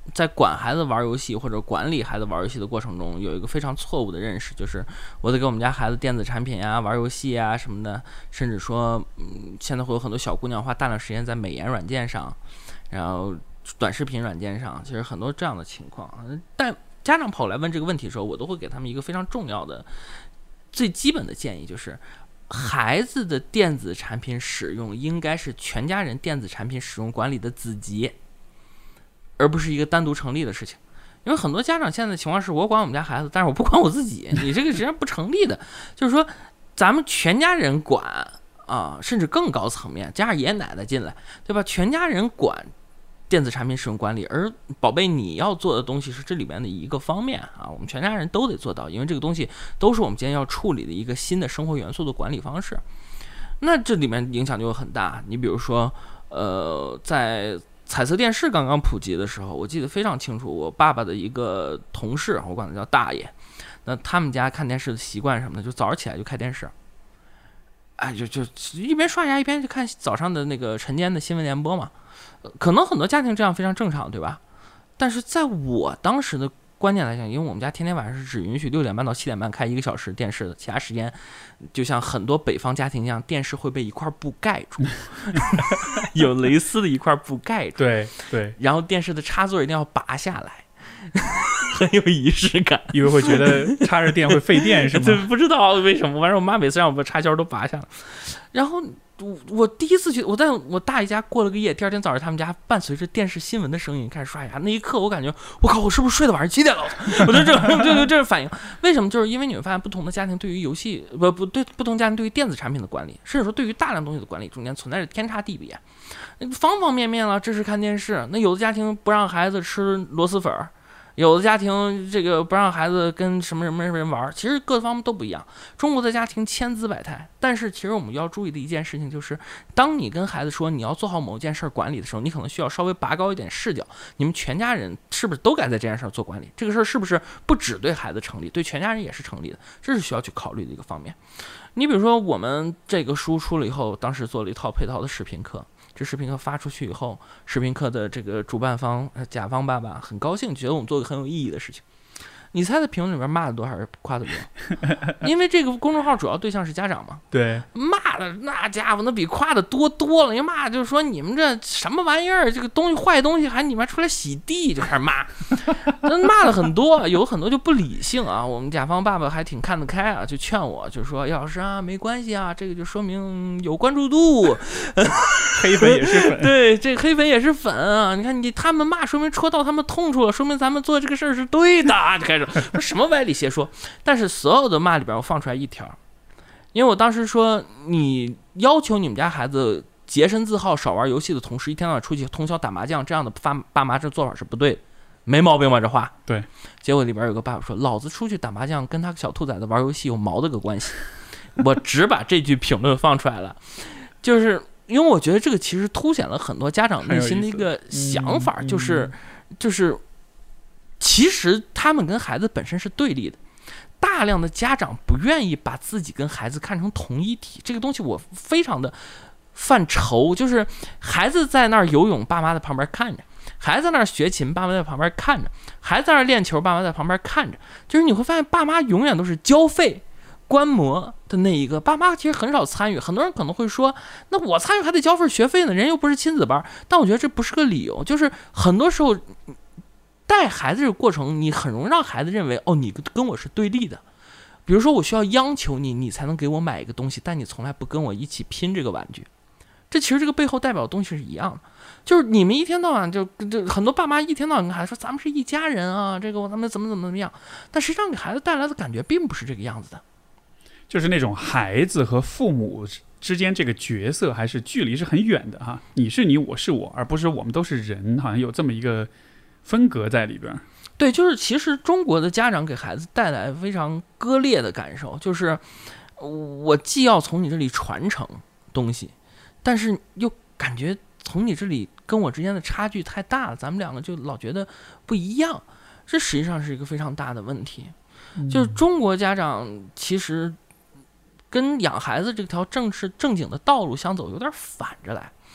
在管孩子玩游戏或者管理孩子玩游戏的过程中，有一个非常错误的认识，就是我得给我们家孩子电子产品呀、玩游戏呀什么的，甚至说，嗯，现在会有很多小姑娘花大量时间在美颜软件上，然后短视频软件上，其实很多这样的情况。但家长跑来问这个问题的时候，我都会给他们一个非常重要的、最基本的建议，就是孩子的电子产品使用应该是全家人电子产品使用管理的子集，而不是一个单独成立的事情。因为很多家长现在的情况是，我管我们家孩子，但是我不管我自己，你这个实际上不成立的。就是说，咱们全家人管啊，甚至更高层面，加上爷爷奶奶进来，对吧？全家人管电子产品使用管理，而宝贝你要做的东西是这里面的一个方面啊，我们全家人都得做到，因为这个东西都是我们今天要处理的一个新的生活元素的管理方式。那这里面影响就很大。你比如说，呃，在彩色电视刚刚普及的时候，我记得非常清楚，我爸爸的一个同事，我管他叫大爷，那他们家看电视的习惯什么的，就早上起来就开电视，哎，就就一边刷牙一边就看早上的那个晨间的新闻联播嘛。可能很多家庭这样非常正常，对吧？但是在我当时的观念来讲，因为我们家天天晚上是只允许六点半到七点半开一个小时电视的，其他时间就像很多北方家庭一样，电视会被一块布盖住，有蕾丝的一块布盖住， 对对， 然后电视的插座一定要拔下来。很有仪式感， 因为会觉得插着电会费电是吗？ 对，不知道为什么，反正我妈每次让我把插销都拔下来。然后我我第一次去，我在我大爷家过了个夜，第二天早上他们家伴随着电视新闻的声音开始刷牙，那一刻我感觉我靠，我是不是睡到晚上七点了？我就这这这这是反应。为什么？就是因为你会发现不同的家庭对于游戏不不对不同家庭对于电子产品的管理，甚至说对于大量东西的管理中间存在着天差地别，方方面面了。这是看电视，那有的家庭不让孩子吃螺蛳粉，有的家庭这个不让孩子跟什么什么人玩，其实各方面都不一样。中国的家庭千姿百态，但是其实我们要注意的一件事情就是，当你跟孩子说你要做好某件事管理的时候，你可能需要稍微拔高一点视角，你们全家人是不是都该在这件事做管理？这个事儿是不是不只对孩子成立，对全家人也是成立的？这是需要去考虑的一个方面。你比如说我们这个书出了以后，当时做了一套配套的视频课。这视频课发出去以后，视频课的这个主办方甲方爸爸很高兴，觉得我们做个很有意义的事情。你猜在评论里面骂的多还是夸的多？因为这个公众号主要对象是家长嘛，对，骂的那家伙那比夸的多多了。一骂就是说你们这什么玩意儿，这个东西坏东西还你们还出来洗地，就开始骂，骂的很多，有很多就不理性啊。我们甲方爸爸还挺看得开啊，就劝我，就说要是啊没关系啊，这个就说明有关注度， 黑粉也是粉， 对，这黑粉也是粉啊。你看你他们骂，说明戳到他们痛处了，说明咱们做这个事儿是对的，就开始。说什么歪理邪说，但是所有的骂里边我放出来一条，因为我当时说你要求你们家孩子洁身自好少玩游戏的同时，一天到晚出去通宵打麻将，这样的爸爸妈这做法是不对的，没毛病吧这话？ 对。 结果里边有个爸爸说，老子出去打麻将跟他小兔崽子玩游戏有毛的个关系，我只把这句评论放出来了，就是因为我觉得这个其实凸显了很多家长内心的一个想法，就是就是其实他们跟孩子本身是对立的，大量的家长不愿意把自己跟孩子看成同一体，这个东西我非常的犯愁。就是孩子在那儿游泳，爸妈在旁边看着；孩子在那儿学琴，爸妈在旁边看着；孩子在那儿练球，爸妈在旁边看着。就是你会发现，爸妈永远都是交费观摩的那一个，爸妈其实很少参与。很多人可能会说，那我参与还得交份学费呢，人又不是亲子班。但我觉得这不是个理由，就是很多时候带孩子这个过程，你很容易让孩子认为，哦，你跟我是对立的。比如说，我需要央求你，你才能给我买一个东西，但你从来不跟我一起拼这个玩具。这其实这个背后代表的东西是一样的，就是你们一天到晚就就很多爸妈一天到晚跟孩子说，咱们是一家人啊，这个咱们怎么怎么怎么样，但实际上给孩子带来的感觉并不是这个样子的， 就是那种孩子和父母之间这个角色还是距离是很远的哈，你是你，我是我，而不是我们都是人，好像有这么一个分隔在里边。 对，就是其实中国的家长给孩子带来非常割裂的感受，就是我既要从你这里传承东西，但是又感觉从你这里跟我之间的差距太大了，咱们两个就老觉得不一样，这实际上是一个非常大的问题。就是中国家长其实跟养孩子这条正式正经的道路相走有点反着来。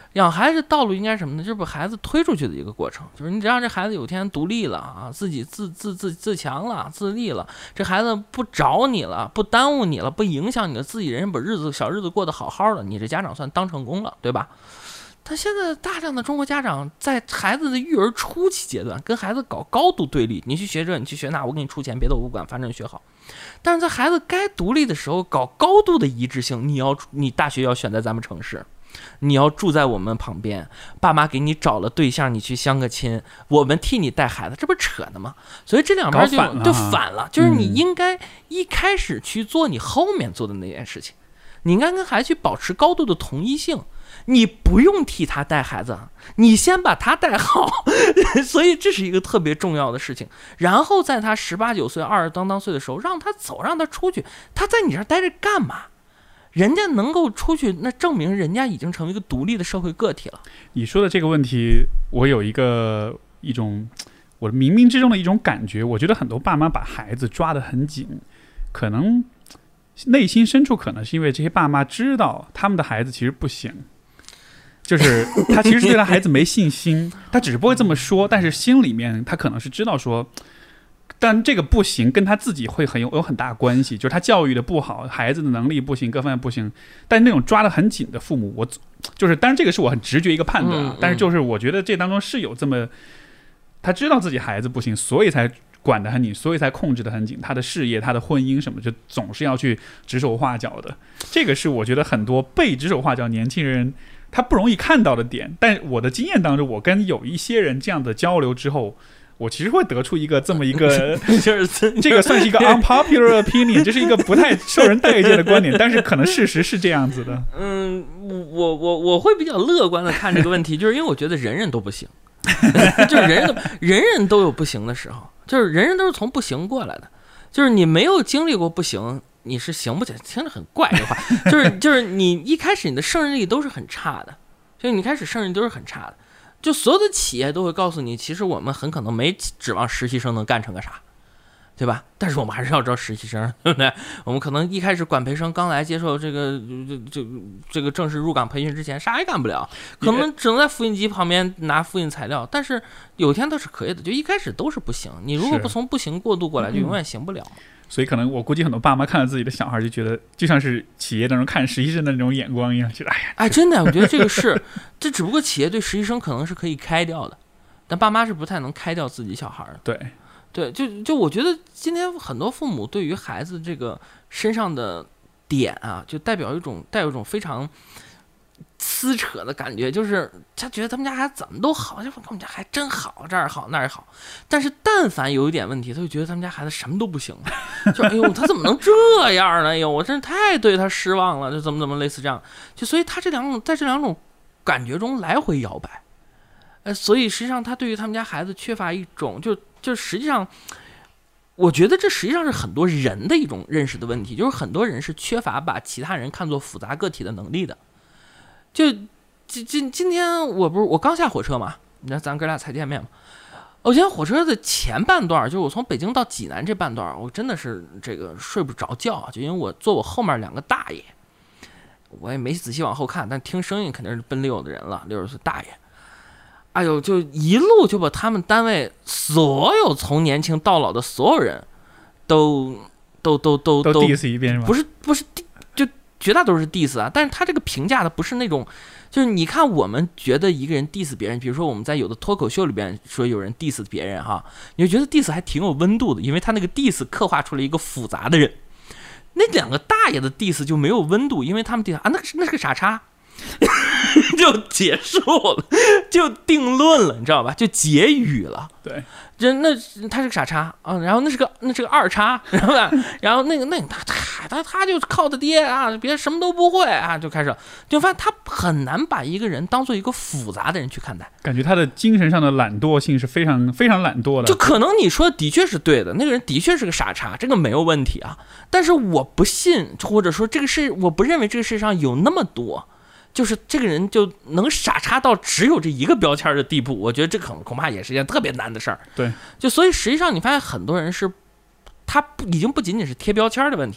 养孩子道路应该什么呢？就是把孩子推出去的一个过程，就是你只要这孩子有天独立了啊，自己自自自自强了，自立了，这孩子不找你了，不耽误你了，不影响你的自己人把日子小日子过得好好的，你这家长算当成功了，对吧？但现在大量的中国家长在孩子的育儿初期阶段跟孩子搞高度对立，你去学这，你去学那，我给你出钱，别的我不管，反正你学好。但是在孩子该独立的时候搞高度的一致性，你要你大学要选在咱们城市，你要住在我们旁边，爸妈给你找了对象，你去相个亲，我们替你带孩子，这不是扯的吗？所以这两边就反了就反了，就是你应该一开始去做你后面做的那件事情，你应该跟孩子去保持高度的同一性。你不用替他带孩子，你先把他带好所以这是一个特别重要的事情。然后在他十八九岁二十当当岁的时候让他走，让他出去，他在你这儿待着干嘛？人家能够出去，那证明人家已经成为一个独立的社会个体了。 你说的这个问题，我有一个一种我冥冥之中的一种感觉，我觉得很多爸妈把孩子抓得很紧，可能内心深处可能是因为这些爸妈知道他们的孩子其实不行，就是他其实对他孩子没信心，他只是不会这么说，但是心里面他可能是知道说，但这个不行跟他自己会很有有很大关系，就是他教育的不好，孩子的能力不行，各方面不行。但那种抓得很紧的父母，我就是当然这个是我很直觉一个判断啊， 嗯嗯、 但是就是我觉得这当中是有这么，他知道自己孩子不行，所以才管得很紧，所以才控制得很紧，他的事业他的婚姻什么就总是要去指手画脚的。这个是我觉得很多被指手画脚年轻人他不容易看到的点。但我的经验当中，我跟有一些人这样的交流之后，我其实会得出一个这么一个这个算是一个 unpopular opinion， 这是一个不太受人待见的观点，但是可能事实是这样子的。 嗯，我我我会比较乐观的看这个问题，就是因为我觉得人人都不行就是人人都人人都有不行的时候，就是人人都是从不行过来的，就是你没有经历过不行，你是行不起来。听着很怪这话，就是就是你一开始你的胜任力都是很差的，所以你开始胜任力都是很差的。就所有的企业都会告诉你，其实我们很可能没指望实习生能干成个啥，对吧？但是我们还是要招实习生，对不对？我们可能一开始管培生刚来接受这个这这这个正式入岗培训之前，啥也干不了，可能只能在复印机旁边拿复印材料。但是有一天都是可以的，就一开始都是不行。你如果不从不行过渡过来，就永远行不了。嗯， 所以可能我估计很多爸妈看到自己的小孩就觉得就像是企业当中看实习生的那种眼光一样，觉得哎呀， 哎，真的，我觉得这个是，这只不过企业对实习生可能是可以开掉的，但爸妈是不太能开掉自己小孩的。 对对，就就我觉得今天很多父母对于孩子这个身上的点啊，就代表一种带有一种非常撕扯的感觉，就是他觉得他们家孩子怎么都好，就我们家还真好，这儿好那儿好，但是但凡有一点问题，他就觉得他们家孩子什么都不行了，就哎呦他怎么能这样呢？哎呦我真是太对他失望了，就怎么怎么类似这样，就所以他这两种在这两种感觉中来回摇摆，呃，所以实际上他对于他们家孩子缺乏一种就就实际上。我觉得这实际上是很多人的一种认识的问题，就是很多人是缺乏把其他人看作复杂个体的能力的。就今今今天我不是我刚下火车嘛，你知道咱哥俩才见面嘛。我今天火车的前半段，就是我从北京到济南这半段，我真的是这个睡不着觉，就因为我坐我后面两个大爷，我也没仔细往后看，但听声音肯定是奔六的人了，六十岁大爷。哎呦，就一路就把他们单位所有从年轻到老的所有人都都都都都 diss 一遍是吗？ 不是不是，就绝大多数是 diss 啊。但是他这个评价的不是那种，就是你看我们觉得一个人 diss 别人，比如说我们在有的脱口秀里边说有人 diss 别人哈，你就觉得 diss 还挺有温度的，因为他那个 diss 刻画出了一个复杂的人。那两个大爷的 diss 就没有温度，因为他们 diss 啊，那个那是个傻叉。就结束了，就定论了，你知道吧？就结语了。 对， 这那他是个傻叉啊，然后那是个那是个二叉，然后吧，然后那个那他他他他就靠他爹啊，别什么都不会啊，就开始就发现他很难把一个人当做一个复杂的人去看待， 感觉他的精神上的懒惰性是非常非常懒惰的。 就可能你说的确是对的，那个人的确是个傻叉，这个没有问题啊。但是我不信，或者说这个世我不认为这个世界上有那么多。就是这个人就能傻叉到只有这一个标签的地步，我觉得这恐恐怕也是一件特别难的事儿。 对， 就所以实际上你发现很多人是，他不已经不仅仅是贴标签的问题了，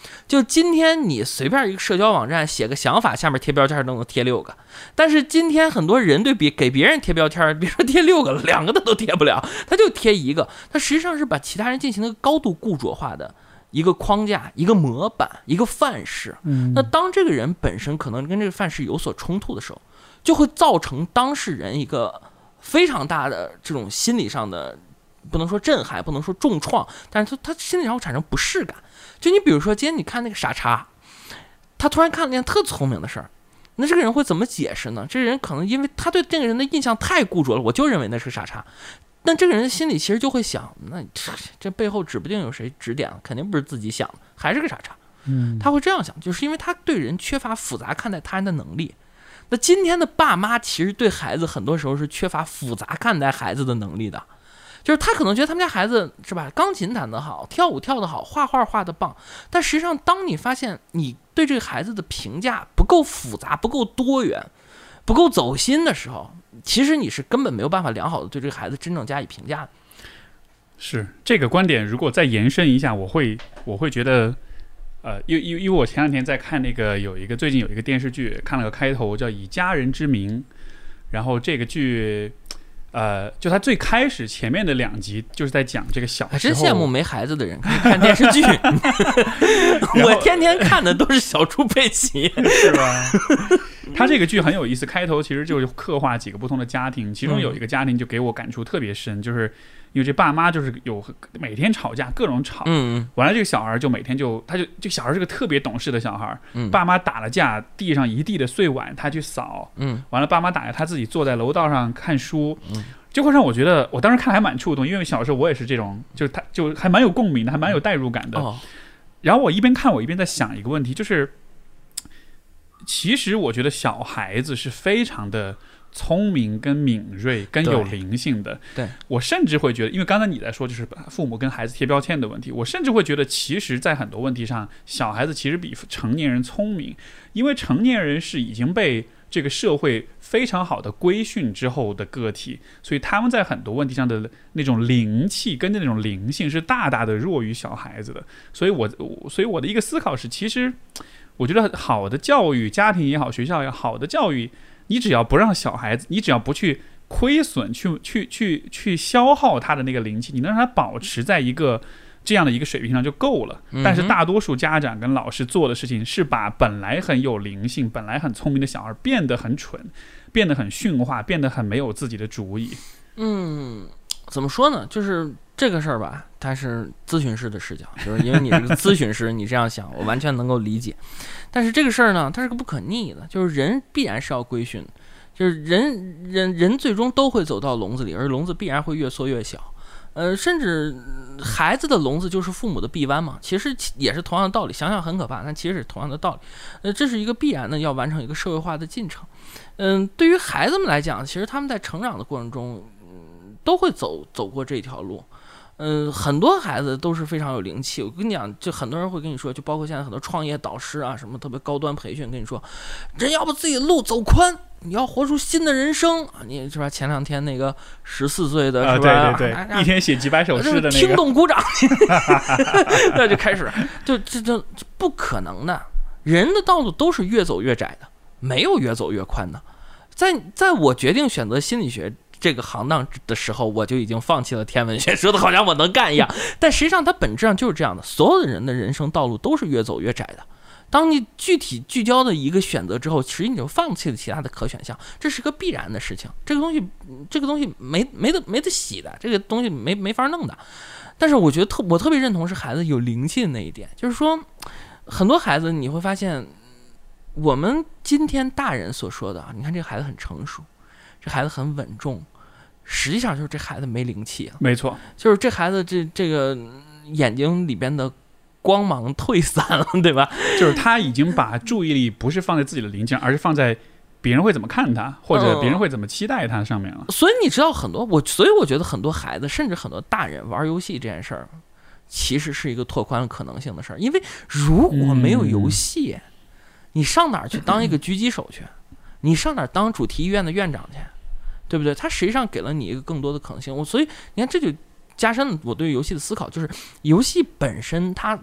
就今天你随便一个社交网站写个想法，下面贴标签都能贴六个，但是今天很多人对比给别人贴标签，别说贴六个了，两个他都贴不了，他就贴一个，他实际上是把其他人进行了高度固着化的一个框架、一个模板、一个范式。 嗯， 那当这个人本身可能跟这个范式有所冲突的时候，就会造成当事人一个非常大的这种心理上的，不能说震撼，不能说重创，但是他他心理上会产生不适感。就你比如说今天你看那个傻叉，他突然看了件特聪明的事儿，那这个人会怎么解释呢？这个人可能因为他对这个人的印象太固着了，我就认为那是个傻叉。那这个人心里其实就会想，那这这背后指不定有谁指点了，肯定不是自己想的，还是个傻叉。 嗯， 他会这样想，就是因为他对人缺乏复杂看待他人的能力。那今天的爸妈其实对孩子很多时候是缺乏复杂看待孩子的能力的。就是他可能觉得他们家孩子是吧，钢琴弹得好，跳舞跳得好，画画画得棒，但实际上当你发现你对这个孩子的评价不够复杂、不够多元、不够走心的时候，其实你是根本没有办法良好的对这个孩子真正加以评价的。 是这个观点，如果再延伸一下，我会我会觉得，呃，因为因为因为我前两天在看那个有一个最近有一个电视剧，看了个开头叫《以家人之名》，然后这个剧。呃，就他最开始前面的两集就是在讲这个小时候， 真羡慕没孩子的人可以看电视剧。我天天看的都是小猪佩奇， 是吧？他这个剧很有意思，开头其实就是刻画几个不同的家庭，其中有一个家庭就给我感触特别深，就是因为这爸妈就是有每天吵架，各种吵， 嗯， 完了这个小孩就每天就他就这小孩是个特别懂事的小孩， 嗯， 爸妈打了架，地上一地的碎碗他去扫， 嗯， 完了爸妈打架，他自己坐在楼道上看书，嗯，就会让我觉得我当时看还蛮触动，因为小时候我也是这种，就是他就还蛮有共鸣的，还蛮有代入感的。 哦， 然后我一边看我一边在想一个问题，就是其实我觉得小孩子是非常的聪明跟敏锐跟有灵性的。 对， 我甚至会觉得，因为刚才你在说就是父母跟孩子贴标签的问题，我甚至会觉得其实在很多问题上小孩子其实比成年人聪明，因为成年人是已经被这个社会非常好的规训之后的个体，所以他们在很多问题上的那种灵气跟那种灵性是大大的弱于小孩子的。所以我所以我的一个思考是，其实我觉得好的教育，家庭也好，学校也好，好的教育，你只要不让小孩子，你只要不去亏损，去去去去消耗他的那个灵气，你能让他保持在一个这样的一个水平上就够了。但是大多数家长跟老师做的事情是把本来很有灵性、本来很聪明的小孩变得很蠢，变得很驯化，变得很没有自己的主意。 嗯，怎么说呢？就是这个事儿吧，它是咨询师的视角，就是因为你是个咨询师，你这样想，我完全能够理解。但是这个事儿呢，它是个不可逆的，就是人必然是要规训，就是人人人最终都会走到笼子里，而笼子必然会越缩越小。呃，甚至孩子的笼子就是父母的臂弯嘛，其实也是同样的道理。想想很可怕，但其实是同样的道理。呃，这是一个必然的要完成一个社会化的进程。嗯、呃，对于孩子们来讲，其实他们在成长的过程中，嗯，都会走走过这条路。嗯、呃，很多孩子都是非常有灵气。我跟你讲，就很多人会跟你说，就包括现在很多创业导师啊，什么特别高端培训，跟你说，人要把自己的路走宽。你要活出新的人生啊！你是吧？前两天那个十四岁的是吧？ 啊、对对对，啊、一天写几百首诗的那个， 听懂鼓掌，那就开始，就这这不可能的。人的道路都是越走越窄的，没有越走越宽的。在在我决定选择心理学这个行当的时候，我就已经放弃了天文学，说的好像我能干一样。但实际上，它本质上就是这样的。所有的人的人生道路都是越走越窄的。当你具体聚焦的一个选择之后，其实你就放弃了其他的可选项，这是个必然的事情。这个东西，这个东西没没得没得洗的，这个东西没没法弄的。但是我觉得特我特别认同是孩子有灵气的那一点，就是说，很多孩子你会发现，我们今天大人所说的啊，你看这个孩子很成熟，这孩子很稳重，实际上就是这孩子没灵气了。 没错， 就是这孩子这这个眼睛里边的光芒退散了，对吧？ 就是他已经把注意力不是放在自己的灵境，而是放在别人会怎么看他，或者别人会怎么期待他上面了。 嗯、所以你知道很多我，所以我觉得很多孩子，甚至很多大人玩游戏这件事儿，其实是一个拓宽了可能性的事儿。因为如果没有游戏，嗯、你上哪儿去当一个狙击手去？你上哪儿当主题医院的院长去？对不对？它实际上给了你一个更多的可能性。我所以你看，这就加深了我对游戏的思考，就是游戏本身它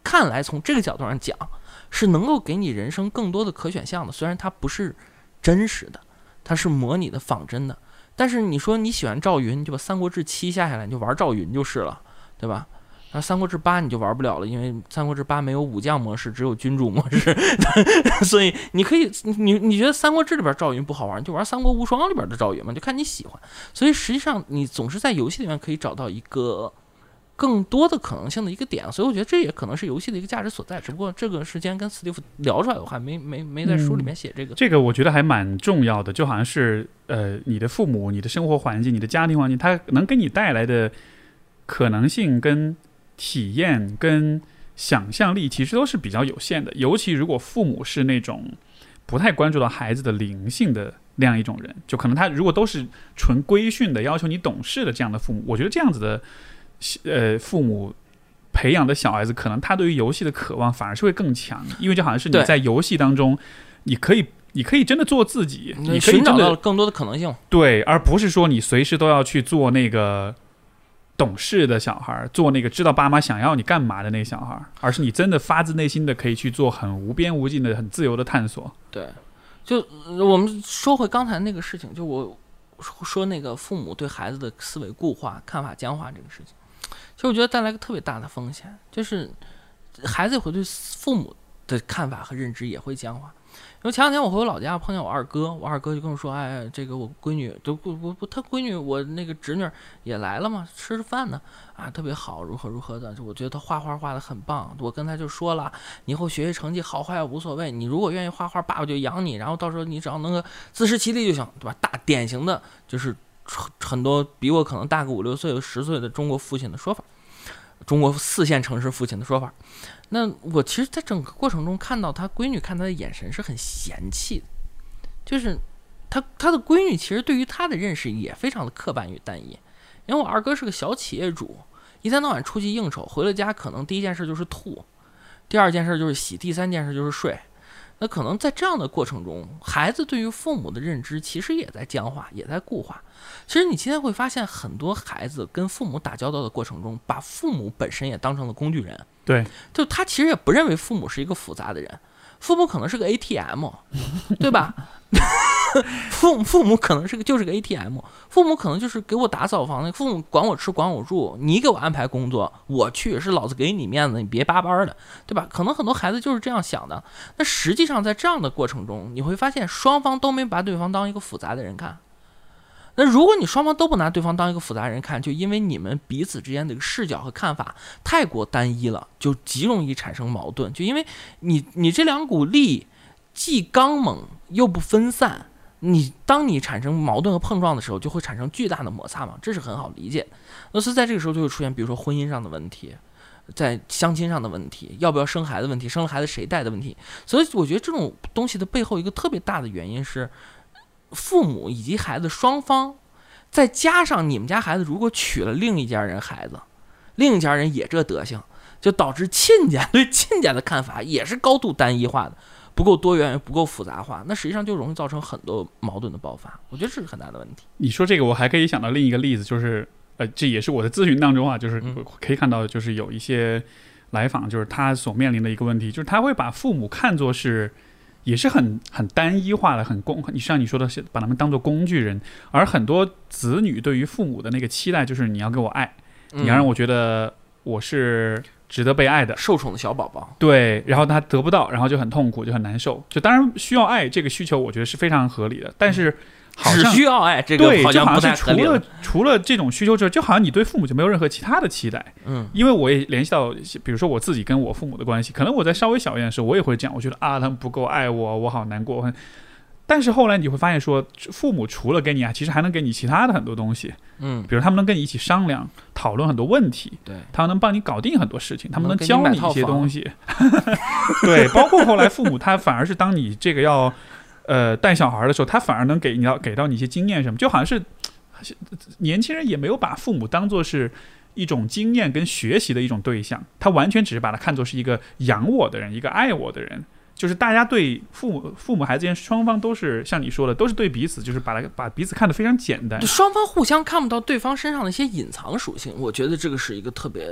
看来从这个角度上讲，是能够给你人生更多的可选项的。虽然它不是真实的，它是模拟的、仿真的，但是你说你喜欢赵云，你就把《三国志七》下下来，你就玩赵云就是了，对吧？然后《三国志八》你就玩不了了，因为《三国志八》没有武将模式，只有君主模式，所以你可以，你你觉得《三国志》里边赵云不好玩，你就玩《三国无双》里边的赵云嘛，就看你喜欢。所以实际上你总是在游戏里面可以找到一个更多的可能性的一个点，所以我觉得这也可能是游戏的一个价值所在。只不过这个时间跟史蒂夫聊出来，我还没没没在书里面写这个。 嗯、这个我觉得还蛮重要的，就好像是呃，你的父母、你的生活环境、你的家庭环境，它能给你带来的可能性跟体验跟想象力其实都是比较有限的，尤其如果父母是那种不太关注到孩子的灵性的那样一种人，就可能他如果都是纯规训的要求你懂事的这样的父母，我觉得这样子的呃父母培养的小孩子，可能他对于游戏的渴望反而是会更强，因为就好像是你在游戏当中你可以你可以真的做自己，你可以寻找到更多的可能性， 对，而不是说你随时都要去做那个懂事的小孩，做那个知道爸妈想要你干嘛的那个小孩，而是你真的发自内心的可以去做很无边无尽的很自由的探索。 对，就我们说回刚才那个事情，就我说那个父母对孩子的思维固化、看法僵化这个事情，其实我觉得带来一个特别大的风险，就是孩子会对父母的看法和认知也会僵化。因为前两天我回我老家碰见我二哥，我二哥就跟我说，哎，这个我闺女都不不不，他闺女我那个侄女也来了嘛，吃着饭呢，啊，特别好，如何如何的，就我觉得他画画画的很棒，我跟他就说了，你以后学习成绩好坏无所谓，你如果愿意画画，爸爸就养你，然后到时候你只要能够自食其力就行，对吧？大典型的就是很多比我可能大个五六岁、十岁的中国父亲的说法，中国四线城市父亲的说法。那我其实在整个过程中看到他闺女看他的眼神是很嫌弃的，就是他他的闺女其实对于他的认识也非常的刻板与单一。因为我二哥是个小企业主，一天到晚出去应酬，回了家可能第一件事就是吐，第二件事就是洗，第三件事就是睡。那可能在这样的过程中，孩子对于父母的认知其实也在僵化，也在固化。其实你今天会发现，很多孩子跟父母打交道的过程中，把父母本身也当成了工具人。 对， 就他其实也不认为父母是一个复杂的人，父母可能是个 A T M， 对吧？父父母可能是个就是个 A T M， 父母可能就是给我打扫房子，父母管我吃管我住，你给我安排工作，我去是老子给你面子，你别叭叭的，对吧？可能很多孩子就是这样想的。那实际上在这样的过程中，你会发现双方都没把对方当一个复杂的人看。那如果你双方都不拿对方当一个复杂人看，就因为你们彼此之间的视角和看法太过单一了，就极容易产生矛盾。就因为你你这两股力既刚猛又不分散，你当你产生矛盾和碰撞的时候，就会产生巨大的摩擦嘛，这是很好理解。那是在这个时候就会出现，比如说婚姻上的问题，在相亲上的问题，要不要生孩子问题，生了孩子谁带的问题。所以我觉得这种东西的背后一个特别大的原因是，父母以及孩子双方，再加上你们家孩子如果娶了另一家人孩子，另一家人也这德行，就导致亲家对亲家的看法也是高度单一化的，不够多元，不够复杂化，那实际上就容易造成很多矛盾的爆发。我觉得这是很大的问题。 你说这个，我还可以想到另一个例子，就是呃，这也是我的咨询当中啊，就是可以看到，就是有一些来访，就是他所面临的一个问题，就是他会把父母看作是。也是很很单一化的，很工，你像你说的是把他们当做工具人，而很多子女对于父母的那个期待就是你要给我爱， 嗯、 你要让我觉得我是值得被爱的， 受宠的小宝宝。 对，然后他得不到，然后就很痛苦，就很难受。就当然需要爱这个需求，我觉得是非常合理的，但是。好像只需要爱，这个好像不太合理。 对，就好像是除了除了这种需求之外，就好像你对父母就没有任何其他的期待。 嗯， 因为我也联系到，比如说我自己跟我父母的关系，可能我在稍微小一点的时候，我也会这样，我觉得啊，他们不够爱我，我好难过。但是后来你会发现说，父母除了给你啊，其实还能给你其他的很多东西。 嗯， 比如他们能跟你一起商量、讨论很多问题， 对， 他们能帮你搞定很多事情，他们能教你一些东西。对，包括后来父母，他反而是当你这个要。呃，带小孩的时候，他反而能给你要给到你一些经验什么，就好像是年轻人也没有把父母当作是一种经验跟学习的一种对象，他完全只是把他看作是一个养我的人，一个爱我的人。就是大家对父母、父母孩子间双方都是像你说的，都是对彼此，就是把它把彼此看得非常简单。 双方互相看不到对方身上的一些隐藏属性，我觉得这个是一个特别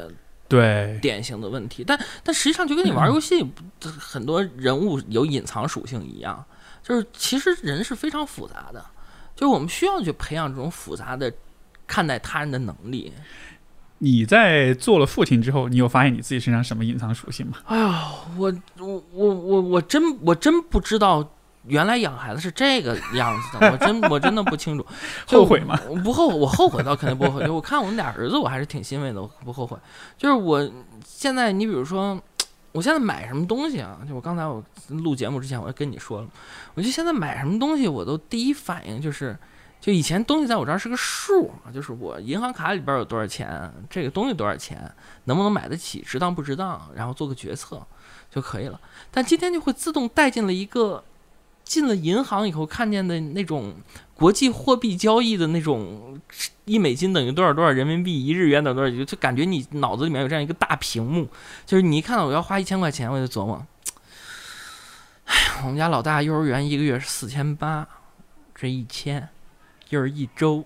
对， 典型的问题。但但实际上就跟你玩游戏、嗯、很多人物有隐藏属性一样，就是其实人是非常复杂的，就是我们需要去培养这种复杂的看待他人的能力。 你在做了父亲之后，你有发现你自己身上什么隐藏属性吗？ 哎呀，我我我我我真我真不知道，原来养孩子是这个样子的，我真我真的不清楚。 后悔吗？ 我不后悔，我后悔倒肯定不后悔。就我看我们俩儿子，我还是挺欣慰的，我不后悔。就是我现在，你比如说，我现在买什么东西啊？就我刚才我录节目之前，我就跟你说了，我就现在买什么东西，我都第一反应就是。就以前东西在我这儿是个数，就是我银行卡里边有多少钱，这个东西多少钱，能不能买得起，值当不值当，然后做个决策就可以了。但今天就会自动带进了一个，进了银行以后看见的那种国际货币交易的那种一美金等于多少多少人民币，一日元等于多少，就感觉你脑子里面有这样一个大屏幕，就是你一看到我要花一千块钱，我就琢磨，哎呀，我们家老大幼儿园一个月是四千八，这一千。就是一周，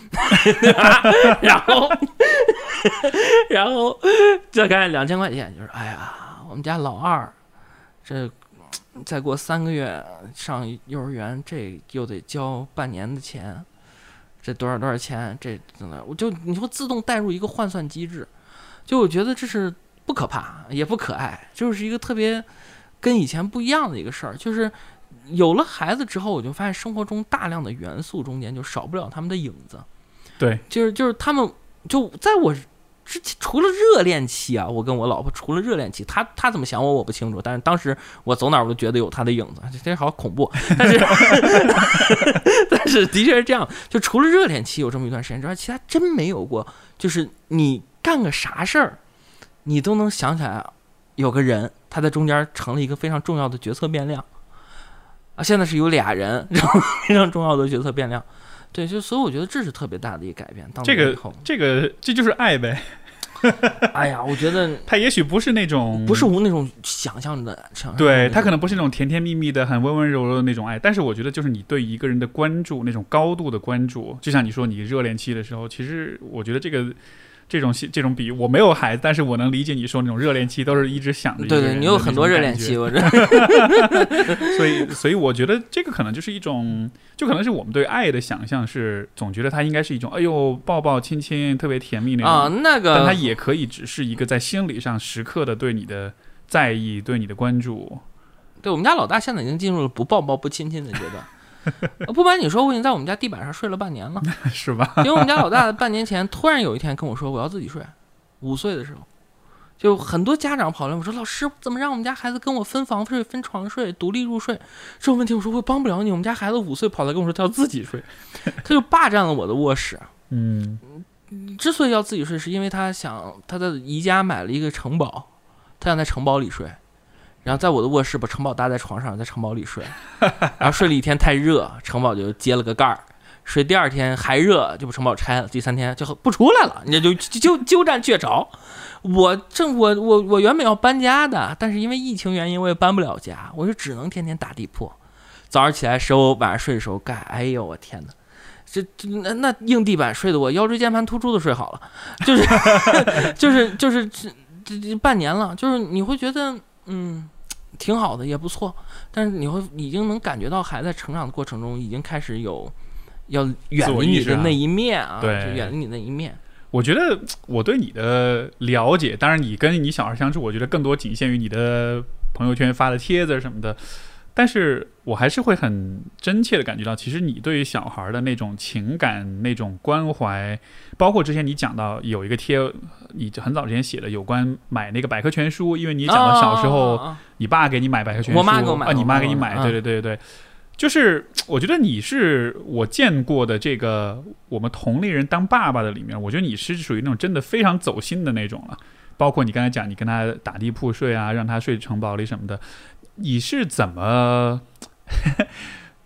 然后，然后再看两千块钱，就是哎呀，我们家老二，这再过三个月上幼儿园，这又得交半年的钱，这多少多少钱？这我就你会自动带入一个换算机制，就我觉得这是不可怕也不可爱，就是一个特别跟以前不一样的一个事儿，就是。有了孩子之后，我就发现生活中大量的元素中间就少不了他们的影子。 对， 就是就是他们就在我之前，除了热恋期啊，我跟我老婆除了热恋期，她她怎么想我我不清楚，但是当时我走哪儿我都觉得有她的影子，这好恐怖。但是但是的确是这样，就除了热恋期有这么一段时间之外，其他真没有过，就是你干个啥事儿，你都能想起来有个人他在中间成了一个非常重要的决策变量。啊，现在是有俩人，然后非常重要的决策变量，对，就所以我觉得这是特别大的一个改变。 这个这个这就是爱呗。 哎呀，我觉得他也许不是那种， 不是无那种想象的，想象对他可能不是那种甜甜蜜蜜的、很温温柔柔的那种爱，但是我觉得就是你对一个人的关注，那种高度的关注，就像你说你热恋期的时候，其实我觉得这个。这种这种比喻我没有孩子，但是我能理解你说那种热恋期都是一直想着一个人的那种感觉。对对， 你有很多热恋期，我这。 所以所以我觉得这个可能就是一种，就可能是我们对爱的想象是总觉得它应该是一种哎呦抱抱亲亲特别甜蜜那种啊那个， 但它也可以只是一个在心理上时刻的对你的在意，对你的关注。 对，我们家老大现在已经进入了不抱抱不亲亲的阶段。不瞒你说，我已经在我们家地板上睡了半年了， 是吧？ 因为我们家老大半年前突然有一天跟我说我要自己睡，五岁的时候，就很多家长跑来我说老师怎么让我们家孩子跟我分房睡、分床睡、独立入睡？这种问题我说我帮不了你，我们家孩子五岁跑来跟我说他要自己睡，他就霸占了我的卧室。 嗯， 之所以要自己睡，是因为他想他在宜家买了一个城堡，他想在城堡里睡。然后在我的卧室把城堡搭在床上，在城堡里睡，然后睡了一天太热，城堡就揭了个盖儿，睡第二天还热，就把城堡拆了，第三天就不出来了，你就就鸠占鹊巢。我正我我我原本要搬家的，但是因为疫情原因我也搬不了家，我就只能天天打地铺，早上起来收，晚上睡的时候盖。哎呦我天哪，这那那硬地板睡的我腰椎间盘突出都睡好了，就是就是就是这这半年了，就是你会觉得。嗯，挺好的，也不错，但是你会已经能感觉到孩子在成长的过程中已经开始有要远离你的那一面啊， 对， 远离你那一面。 我觉得我对你的了解，当然你跟你小孩相处，我觉得更多仅限于你的朋友圈发的帖子什么的，但是我还是会很真切的感觉到，其实你对于小孩的那种情感、那种关怀，包括之前你讲到有一个贴，你很早之前写的有关买那个百科全书，因为你讲到小时候你爸给你买百科全书， 我妈给我买， 啊，你妈给你买，对对对对，就是我觉得你是我见过的这个我们同龄人当爸爸的里面，我觉得你是属于那种真的非常走心的那种了，包括你刚才讲你跟他打地铺睡啊，让他睡城堡里什么的。你是怎么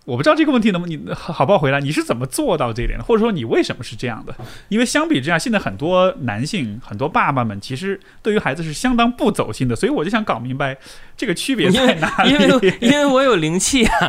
我不知道这个问题能不能你好不好回答？你是怎么做到这一点的？或者说你为什么是这样的？因为相比之下，现在很多男性、很多爸爸们其实对于孩子是相当不走心的，所以我就想搞明白这个区别在哪里。 因为因为因为我有灵气啊，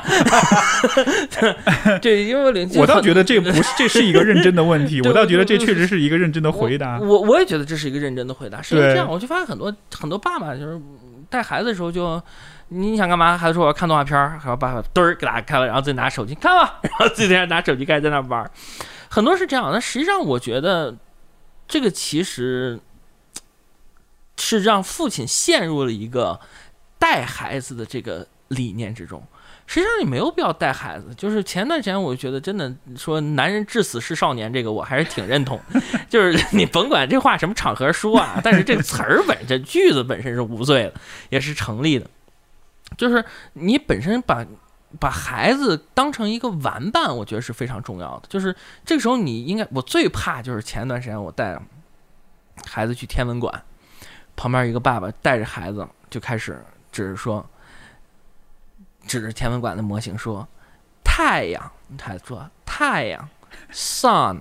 对，因为我灵气。 我倒觉得这不是这是一个认真的问题，我倒觉得这确实是一个认真的回答。 我我, 我也觉得这是一个认真的回答，是因为这样，我就发现很多很多爸爸就是带孩子的时候就。你想干嘛？孩子说我要看动画片，然后爸爸嘚儿给他开了，然后自己拿手机看吧，然后自己在那拿手机开始在那玩。很多是这样，但实际上我觉得这个其实是让父亲陷入了一个带孩子的这个理念之中。实际上你没有必要带孩子，就是前段时间我觉得真的说男人至死是少年，这个我还是挺认同。就是你甭管这话什么场合说啊，但是这个词儿本身句子本身是无罪的，也是成立的。就是你本身把把孩子当成一个玩伴，我觉得是非常重要的。就是这个时候你应该，我最怕就是前段时间我带孩子去天文馆，旁边一个爸爸带着孩子就开始指着说，指着天文馆的模型说太阳，孩子说太阳 sun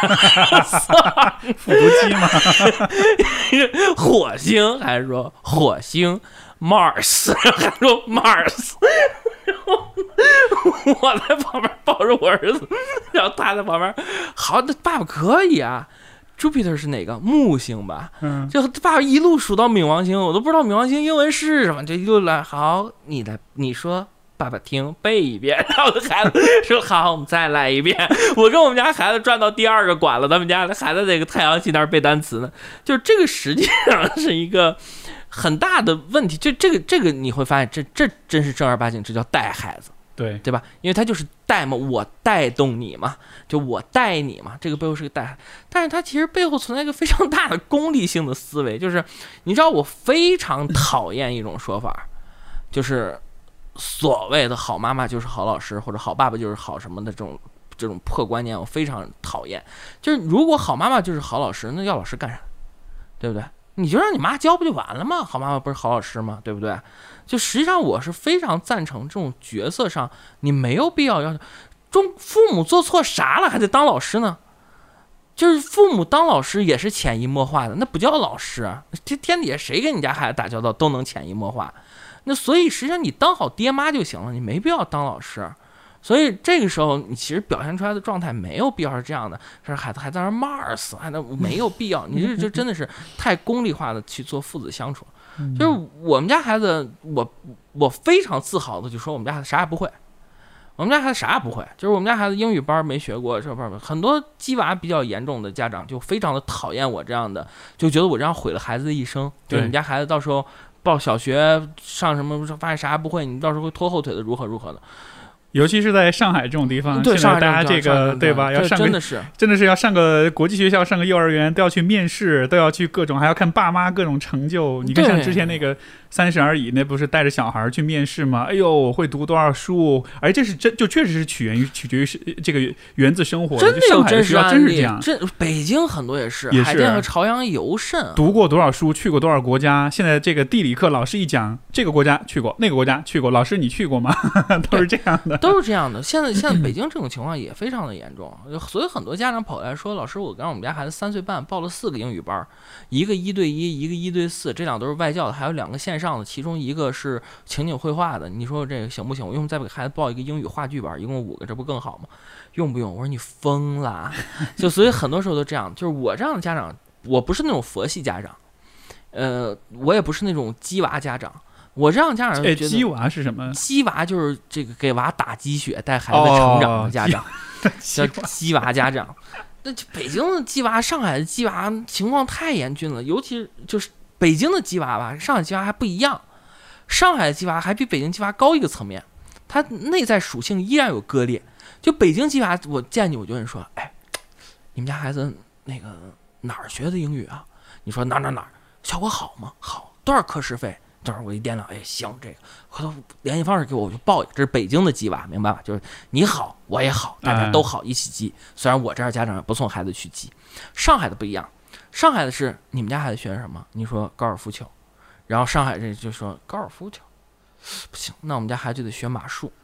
复读机吗？ 火星还是说火星 Mars 还说 Mars 然后我在旁边抱着我儿子，然后他在旁边，好的爸爸可以啊 Jupiter 是哪个木星吧？嗯，就爸爸一路数到冥王星，我都不知道冥王星英文是什么，这一路来，好，你来你说爸爸听背一遍，然后我的孩子说好，我们再来一遍。我跟我们家孩子转到第二个馆了，他们家孩子在那个太阳系那儿背单词呢。就是这个实际上是一个很大的问题，就这个这个你会发现，这这真是正儿八经，这叫带孩子， 对对吧？因为他就是带嘛，我带动你嘛，就我带你嘛，这个背后是个带，但是它其实背后存在一个非常大的功利性的思维，就是你知道我非常讨厌一种说法，就是所谓的好妈妈就是好老师，或者好爸爸就是好什么的这种这种破观念，我非常讨厌。就是如果好妈妈就是好老师，那要老师干啥？对不对？你就让你妈教不就完了吗？好妈妈不是好老师吗？对不对？就实际上我是非常赞成这种角色上，你没有必要要求中父母做错啥了还得当老师呢？就是父母当老师也是潜移默化的，那不叫老师啊！这天底下谁跟你家孩子打交道都能潜移默化。那所以实际上你当好爹妈就行了，你没必要当老师。所以这个时候你其实表现出来的状态没有必要是这样的，说孩子还在那 Mars， 还能没有必要，你这就真的是太功利化的去做父子相处。就是我们家孩子，我我非常自豪的就说我们家孩子啥也不会，我们家孩子啥也不会，就是我们家孩子英语班没学过，这班很多鸡娃比较严重的家长就非常的讨厌我这样的，就觉得我这样毁了孩子的一生，就是你们家孩子到时候报小学上什么发现啥也不会，你到时候会拖后腿的，如何如何的。 尤其是在上海这种地方， 对， 现在大家这个对吧？要上个真的是真的是要上个国际学校，上个幼儿园都要去面试，都要去各种，还要看爸妈各种成就。你看像之前那个三十而已，那不是带着小孩去面试吗？哎呦，会读多少书？而这是真就确实是取决于取决于是这个源自生活， 真的有真实案例，真是这样。 这北京很多也是， 也是海淀和朝阳尤甚。 读过多少书，去过多少国家？现在这个地理课老师一讲，这个国家去过，那个国家去过，老师你去过吗？都是这样的， 都是这样的。现在现在北京这种情况也非常的严重，所以很多家长跑来说，老师，我让我们家孩子三岁半报了四个英语班，一个一对一，一个一对四，这两都是外教的，还有两个线上的，其中一个是情景绘画的。你说这个行不行？我用再给孩子报一个英语话剧班，一共五个，这不更好吗？用不用？我说你疯了。就所以很多时候都这样，就是我这样的家长，我不是那种佛系家长，呃，我也不是那种鸡娃家长。我这样家长觉得鸡娃是什么？ 鸡娃就是这个给娃打鸡血、带孩子成长的家长， 哦、 叫鸡娃家长。那北京的鸡娃、上海的鸡娃情况太严峻了，尤其就是北京的鸡娃吧，上海鸡娃还不一样。上海的鸡娃还比北京鸡娃高一个层面，它内在属性依然有割裂。就北京鸡娃，我见你我就问说，哎，你们家孩子那个哪儿学的英语啊？你说哪哪哪儿，效果好吗？好，多少课时费？等会儿我一掂量，哎，行，这个回头联系方式给我，我就报一个。这是北京的鸡娃，明白吧？就是你好，我也好，大家都好，一起鸡。虽然我这儿家长不送孩子去鸡，上海的不一样，上海的是你们家孩子学什么？你说高尔夫球，然后上海这就说高尔夫球不行，那我们家孩子就得学马术。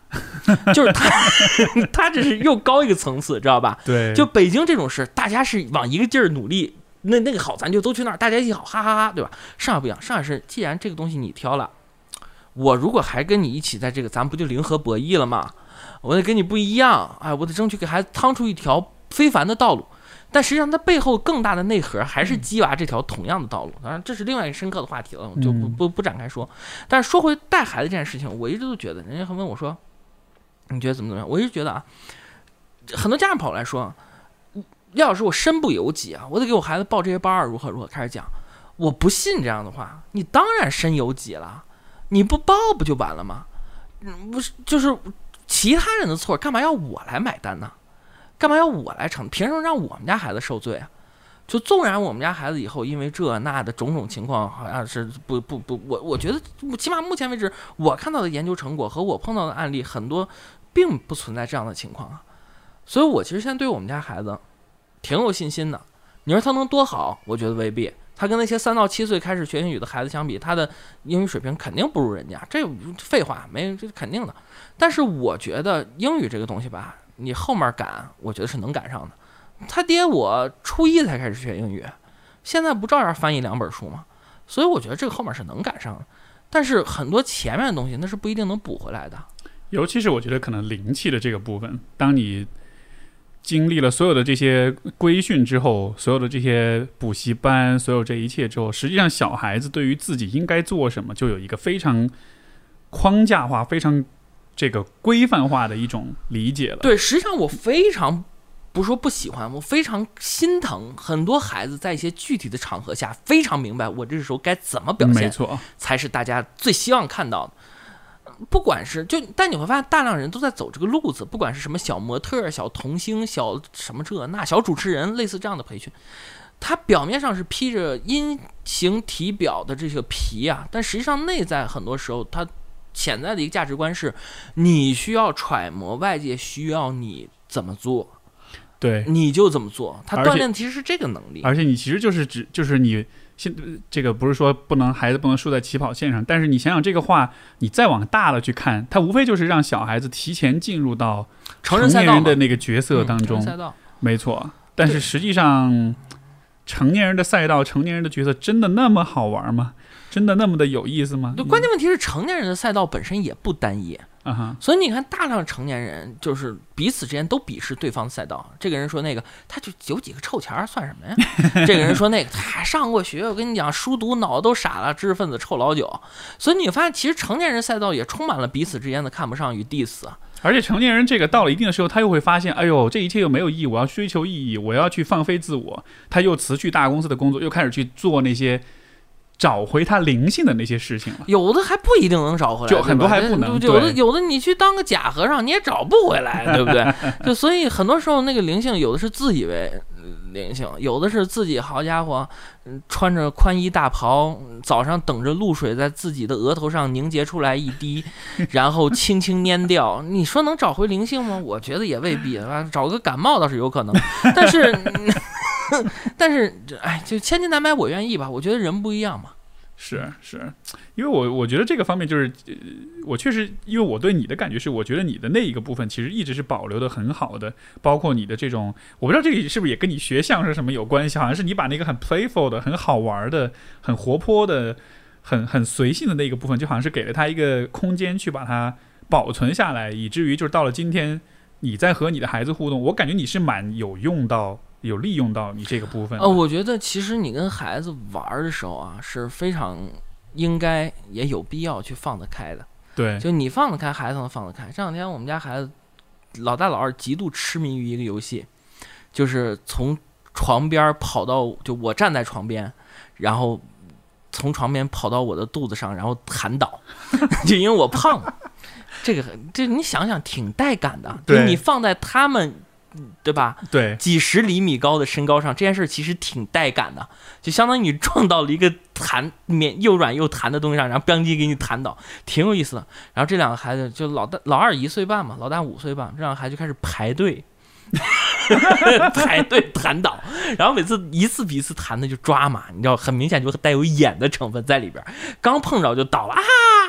就是他他这是又高一个层次，知道吧？ 对， 就北京这种事，大家是往一个劲儿努力，那那个好咱就都去那儿，大家一起好，哈哈哈哈，对吧？上海不一样，上海是既然这个东西你挑了，我如果还跟你一起在这个，咱们不就零和博弈了吗？我得跟你不一样，哎，我得争取给孩子趟出一条非凡的道路。但实际上，它背后更大的内核还是鸡娃这条同样的道路。当然，这是另外一个深刻的话题了，我就不不不展开说。但是说回带孩子这件事情，我一直都觉得，人家还问我说，你觉得怎么怎么样？我一直觉得啊，很多家长跑来说，廖老师，我身不由己啊，我得给我孩子报这些班儿，如何如何开始讲。我不信这样的话，你当然身由己了，你不报不就完了吗？嗯，不是，就是其他人的错，干嘛要我来买单呢？干嘛要我来承？凭什么让我们家孩子受罪啊？就纵然我们家孩子以后因为这那的种种情况，好像是不不不，我我觉得起码目前为止，我看到的研究成果和我碰到的案例很多，并不存在这样的情况啊。所以我其实现在对我们家孩子挺有信心的。你说他能多好？我觉得未必。他跟那些三到七岁开始学英语的孩子相比，他的英语水平肯定不如人家，这废话没这肯定的。但是我觉得英语这个东西吧，你后面赶，我觉得是能赶上的。他爹我初一才开始学英语，现在不照样翻译两本书吗？所以我觉得这个后面是能赶上的。但是很多前面的东西那是不一定能补回来的。 尤其是我觉得可能灵气的这个部分，当你经历了所有的这些规训之后，所有的这些补习班，所有这一切之后，实际上小孩子对于自己应该做什么，就有一个非常框架化、非常这个规范化的一种理解了。 对，实际上我非常不说不喜欢，我非常心疼很多孩子在一些具体的场合下非常明白我这时候该怎么表现， 没错， 才是大家最希望看到的。不管是就，但你会发现大量人都在走这个路子，不管是什么小模特、小童星、小什么这那、小主持人，类似这样的培训，他表面上是披着阴形体表的这个皮啊，但实际上内在很多时候他潜在的一个价值观是，你需要揣摩外界需要你怎么做， 对， 你就怎么做。他锻炼其实是这个能力， 而且你其实就是指就是你。现这个不是说不能孩子不能输在起跑线上，但是你想想这个话，你再往大了去看，它无非就是让小孩子提前进入到成年人的那个角色当中， 嗯、 没错。但是实际上，成年人的赛道、成年人的角色真的那么好玩吗？真的那么的有意思吗？ 关键问题是，成年人的赛道本身也不单一。 Uh huh. 所以你看，大量成年人就是彼此之间都鄙视对方的赛道。这个人说那个，他就有几个臭钱算什么呀？这个人说那个，他还上过学，我跟你讲，书读脑子都傻了，知识分子臭老九。所以你发现，其实成年人赛道也充满了彼此之间的看不上与 diss。 而且成年人这个到了一定的时候，他又会发现，哎呦，这一切又没有意义，我要追求意义，我要去放飞自我。他又辞去大公司的工作，又开始去做那些。找回他灵性的那些事情了， 有的还不一定能找回来， 就很多还不能。 有的有的你去当个假和尚，你也找不回来，对不对？就所以很多时候那个灵性，有的是自以为灵性，有的是自己好家伙，穿着宽衣大袍，早上等着露水在自己的额头上凝结出来一滴，然后轻轻拈掉。你说能找回灵性吗？我觉得也未必，找个感冒倒是有可能，但是。但是，哎，就千金难买我愿意吧。我觉得人不一样嘛。 是是，因为我我觉得这个方面就是，呃、我确实，因为我对你的感觉是，我觉得你的那一个部分其实一直是保留的很好的，包括你的这种，我不知道这个是不是也跟你学相声什么有关系，好像是你把那个很 playful 的、很好玩的、很活泼的、很很随性的那个部分，就好像是给了他一个空间去把它保存下来，以至于就是到了今天，你在和你的孩子互动，我感觉你是蛮有用到。有利用到你这个部分呃，我觉得其实你跟孩子玩的时候啊，是非常应该也有必要去放得开的。 对， 就你放得开，孩子能放得开。这两天我们家孩子老大老二极度痴迷于一个游戏，就是从床边跑到，就我站在床边，然后从床边跑到我的肚子上，然后弹倒，就因为我胖。这个这你想想挺带感的，就你放在他们。对吧？ 对， 几十厘米高的身高上，这件事其实挺带感的，就相当于你撞到了一个弹绵又软又弹的东西上，然后邦叽给你弹倒，挺有意思的。然后这两个孩子就老大老二一岁半嘛，老大五岁半，这两个孩子就开始排队排队弹倒，然后每次一次比一次弹的就抓马，你知道，很明显就带有演的成分在里边，刚碰着就倒了啊，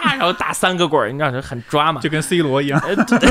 然后打三个滚，你知道就很抓嘛， 就跟 C 罗一样， 呃、对对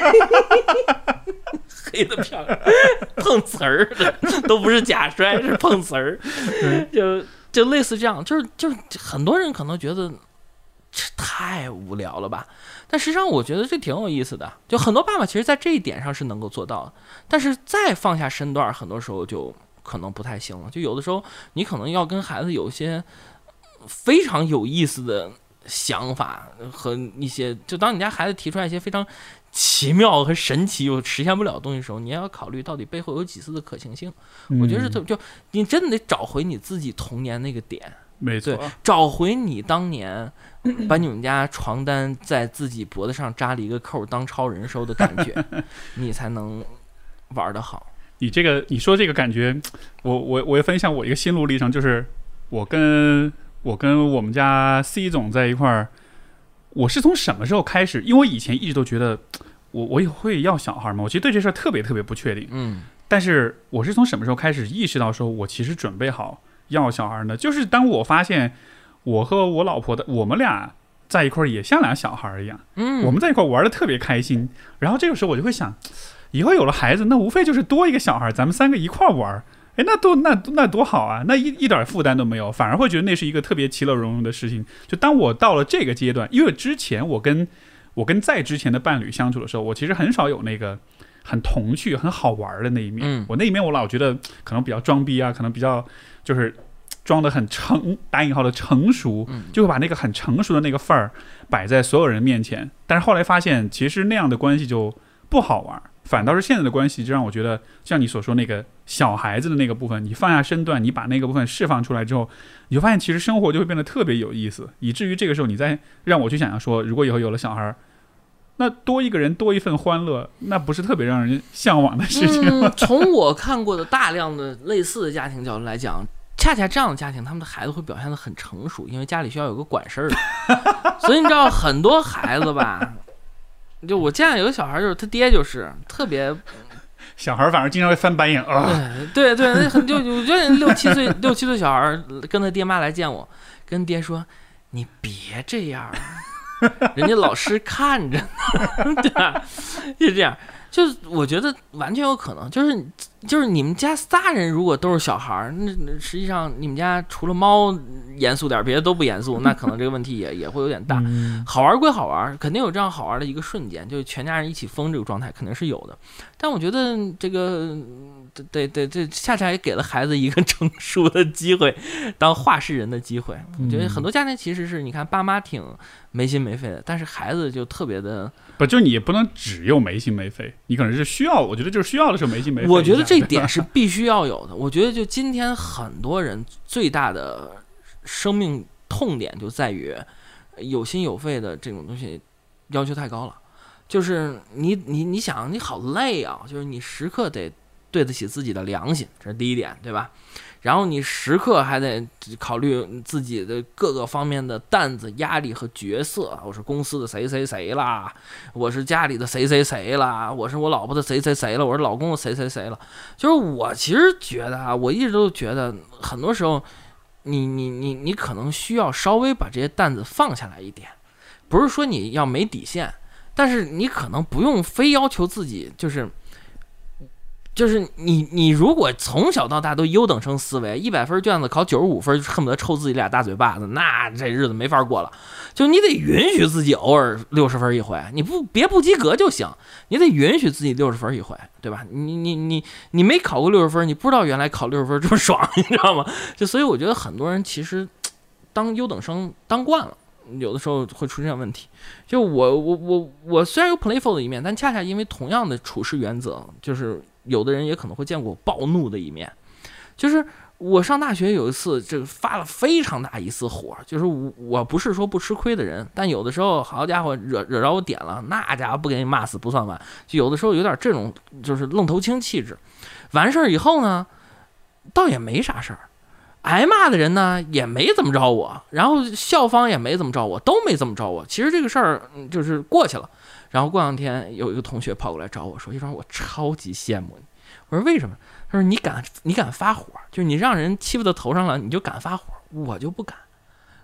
黑的漂亮，碰瓷儿的都不是假摔，是碰瓷儿，就就类似这样，就是就是很多人可能觉得这太无聊了吧，但实际上我觉得这挺有意思的，就很多爸爸其实在这一点上是能够做到的，但是再放下身段，很多时候就可能不太行了，就有的时候你可能要跟孩子有一些非常有意思的想法和一些，就当你家孩子提出来一些非常奇妙和神奇又实现不了的东西的时候，你也要考虑到底背后有几丝的可行性。嗯、我觉得是就你真的得找回你自己童年那个点， 没错， 找回你当年把你们家床单在自己脖子上扎了一个扣当超人时候的感觉，你才能玩得好。 你这个你说这个感觉，我我我也分享我一个心路历程，就是我跟我跟我们家 C 总在一块儿。我是从什么时候开始？因为我以前一直都觉得我我也会要小孩嘛，我其实对这事儿特别特别不确定。 嗯， 但是我是从什么时候开始意识到说我其实准备好要小孩呢？就是当我发现我和我老婆的我们俩在一块儿也像俩小孩一样， 嗯， 我们在一块儿玩的特别开心。然后这个时候我就会想，以后有了孩子，那无非就是多一个小孩，咱们三个一块儿玩。哎，那多那那多好啊！那一一点负担都没有，反而会觉得那是一个特别其乐融融的事情。就当我到了这个阶段，因为之前我跟我跟在之前的伴侣相处的时候，我其实很少有那个很童趣、很好玩的那一面。 嗯、 我那一面我老觉得可能比较装逼啊，可能比较就是装得很成打引号的成熟，就会把那个很成熟的那个范儿摆在所有人面前。但是后来发现，其实那样的关系就不好玩。反倒是现在的关系，就让我觉得像你所说那个小孩子的那个部分，你放下身段，你把那个部分释放出来之后，你就发现其实生活就会变得特别有意思，以至于这个时候你再让我去想象说，如果以后有了小孩，那多一个人多一份欢乐，那不是特别让人向往的事情吗？ 嗯、从我看过的大量的类似的家庭角度来讲，恰恰这样的家庭，他们的孩子会表现得很成熟，因为家里需要有个管事儿的，所以你知道很多孩子吧。就我见有个小孩，就是他爹就是特别， 小孩反而经常会翻白眼啊、 哦。对对对，很就我觉得六七岁六七岁小孩跟他爹妈来见我，跟爹说：“你别这样，人家老师看着呢，对吧？”就这样，就是我觉得完全有可能，就是就是你们家仨人如果都是小孩，那实际上你们家除了猫严肃点，别的都不严肃，那可能这个问题也也会有点大。好玩归好玩，肯定有这样好玩的一个瞬间，就是全家人一起疯这个状态肯定是有的。但我觉得这个对对对，恰恰也给了孩子一个成熟的机会，当话事人的机会。我觉得很多家庭其实是你看爸妈挺没心没肺的，但是孩子就特别的不，就你也不能只有没心没肺，你可能是需要，我觉得就是需要的时候没心没肺。 我觉得这点是必须要有的。我觉得就今天很多人最大的生命痛点就在于有心有肺的这种东西要求太高了，就是你你你想你好累啊，就是你时刻得对得起自己的良心，这是第一点，对吧？然后你时刻还得考虑自己的各个方面的担子、压力和角色。我是公司的谁谁谁啦，我是家里的谁谁谁啦，我是我老婆的谁谁谁了，我是老公的谁谁谁了。就是我其实觉得啊，我一直都觉得，很多时候你你你你可能需要稍微把这些担子放下来一点，不是说你要没底线，但是你可能不用非要求自己就是。就是你，你如果从小到大都优等生思维，一百分卷子考九十五分，恨不得抽自己俩大嘴巴子，那这日子没法过了。就你得允许自己偶尔六十分一回，你不别不及格就行，你得允许自己六十分一回，对吧？你你你你没考过六十分，你不知道原来考六十分这么爽，你知道吗？就所以我觉得很多人其实当优等生当惯了。有的时候会出现问题，就我我我我虽然有 playful 的一面，但恰恰因为同样的处事原则，就是有的人也可能会见过我暴怒的一面。就是我上大学有一次，这个发了非常大一次火，就是我我不是说不吃亏的人，但有的时候好家伙惹惹着我点了，那家伙不给你骂死不算完。就有的时候有点这种就是愣头青气质。完事儿以后呢，倒也没啥事儿。挨骂的人呢也没怎么着我，然后校方也没怎么着我，都没怎么着我。其实这个事儿就是过去了。然后过两天有一个同学跑过来找我说：“一双，我超级羡慕你。”我说：“为什么？”他说：“你敢，你敢发火，就是你让人欺负到头上了，你就敢发火，我就不敢。”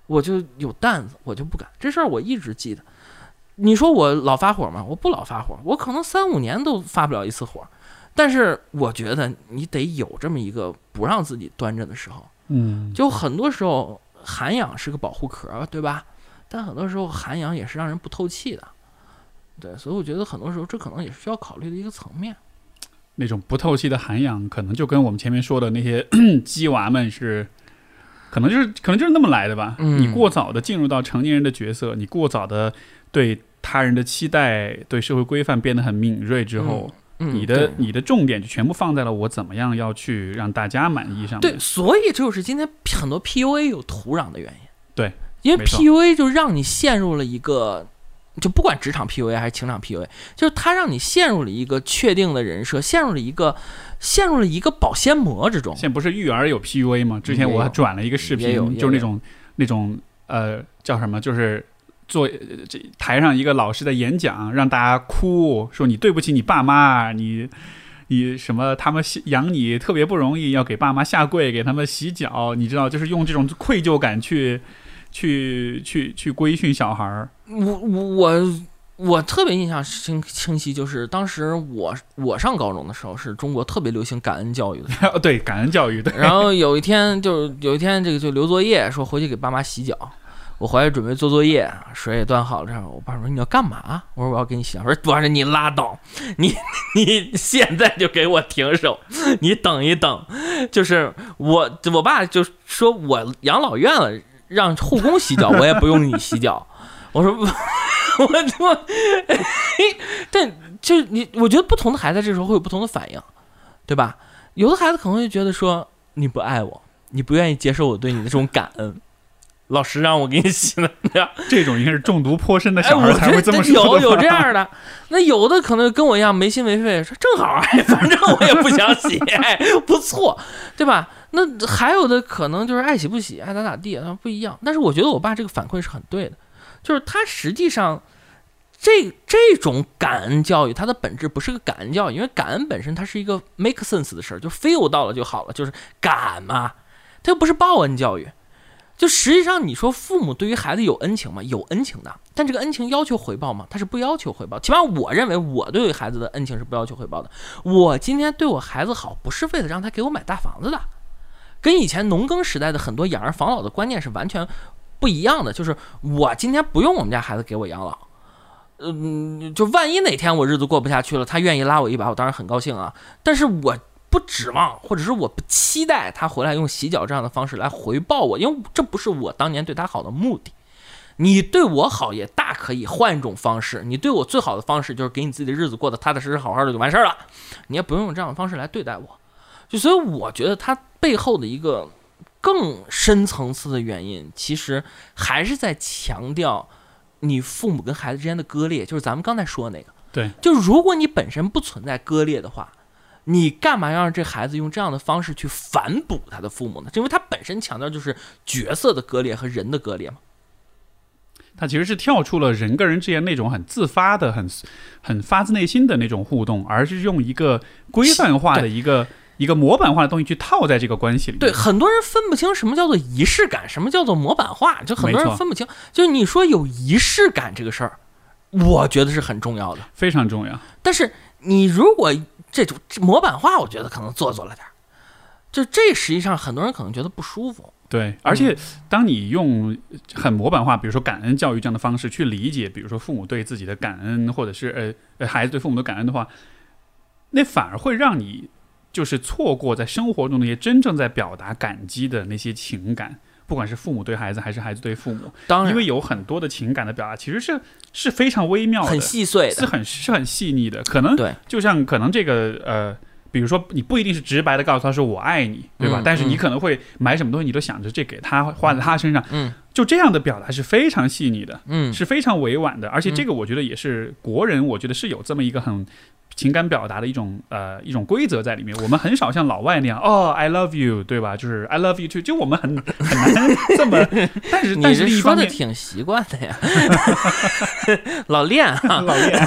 我就有担子，我就不敢。这事儿我一直记得。你说我老发火吗？我不老发火，我可能三五年都发不了一次火。但是我觉得你得有这么一个不让自己端着的时候。 嗯， 就很多时候涵养是个保护壳，对吧？但很多时候涵养也是让人不透气的。对，所以我觉得很多时候这可能也是需要考虑的一个层面。 那种不透气的涵养，可能就跟我们前面说的那些鸡娃们是，可能就是可能就是那么来的吧。 嗯、 你过早的进入到成年人的角色，你过早的对他人的期待、对社会规范变得很敏锐之后， 嗯嗯、 你的你的重点就全部放在了我怎么样要去让大家满意上面。 对，所以这就是今天很多 P U A 有土壤的原因。 对， 因为 P U A 就让你陷入了一个。就不管职场 P U A 还是情场 P U A， 就是它让你陷入了一个确定的人设，陷入了一个陷入了一个保鲜膜之中。 现在不是育儿有 P U A 吗？之前我还转了一个视频，就是那种那种呃叫什么，就是做这台上一个老师的演讲，让大家哭，说你对不起你爸妈，你你什么他们养你特别不容易，要给爸妈下跪，给他们洗脚，你知道，就是用这种愧疚感去。去去去规训小孩儿， 我我我我特别印象清清晰，就是当时我我上高中的时候，是中国特别流行感恩教育的， 对感恩教育的。 然后有一天就有一天这个就留作业，说回去给爸妈洗脚。我回来准备做作业，水也端好了，然后我爸说你要干嘛？我说我要给你洗脚。我说我说你拉倒，你你现在就给我停手，你等一等。就是我我爸就说我养老院了。让护工洗脚，我也不用你洗脚。我说我我，但就你，我觉得不同的孩子这时候会有不同的反应，对吧？有的孩子可能会觉得说你不爱我，你不愿意接受我对你的这种感恩，老师让我给你洗的， 这种应该是中毒颇深的小孩才会这么说的、哎、有有这样的。那有的可能跟我一样没心没肺，说正好，哎，反正我也不想洗，哎，不错，对吧？那还有的可能就是爱洗不洗，爱咋咋地，不一样。但是我觉得我爸这个反馈是很对的，就是他实际上这这种感恩教育，它的本质不是个感恩教育，因为感恩本身它是一个 make sense 的事儿，就 feel 到了就好了，就是感嘛，它又不是报恩教育。就实际上你说父母对于孩子有恩情吗？有恩情的，但这个恩情要求回报吗？他是不要求回报。起码我认为我对孩子的恩情是不要求回报的。我今天对我孩子好，不是为了让他给我买大房子的。跟以前农耕时代的很多养儿防老的观念是完全不一样的，就是我今天不用我们家孩子给我养老，嗯，就万一哪天我日子过不下去了，他愿意拉我一把，我当然很高兴啊。但是我不指望，或者是我不期待他回来用洗脚这样的方式来回报我，因为这不是我当年对他好的目的。你对我好也大可以换一种方式，你对我最好的方式就是给你自己的日子过得踏踏实实好好的就完事儿了，你也不用用这样的方式来对待我。就所以我觉得他背后的一个更深层次的原因，其实还是在强调你父母跟孩子之间的割裂，就是咱们刚才说的那个。 对， 就如果你本身不存在割裂的话，你干嘛要让这孩子用这样的方式去反哺他的父母呢？因为他本身强调就是角色的割裂和人的割裂嘛。 他其实是跳出了人跟人之间那种很自发的、很很发自内心的那种互动，而是用一个规范化的一个。一个模板化的东西去套在这个关系里面。 对，很多人分不清什么叫做仪式感，什么叫做模板化，就很多人分不清。就是你说有仪式感这个事儿，我觉得是很重要的， 非常重要。 但是你如果这种模板化，我觉得可能做作了点，就这实际上很多人可能觉得不舒服。 对，而且当你用很模板化，比如说感恩教育这样的方式去理解，比如说父母对自己的感恩，或者是呃孩子对父母的感恩的话，那反而会让你。就是错过在生活中那些真正在表达感激的那些情感，不管是父母对孩子还是孩子对父母， 当然， 因为有很多的情感的表达其实是是非常微妙的、 很细碎的， 是很是很细腻的。可能对， 就像可能这个呃，比如说你不一定是直白的告诉他说我爱你，对吧？ 嗯、 但是你可能会买什么东西，你都想着这给他花在他身上， 嗯， 就这样的表达是非常细腻的， 嗯， 是非常委婉的，而且这个我觉得也是国人，我觉得是有这么一个很。情感表达的一种呃一种规则在里面，我们很少像老外那样哦 I love you 对吧？就是 I love you too， 就我们很很难这么，但是但是你说的挺习惯的呀，老练啊， 老练，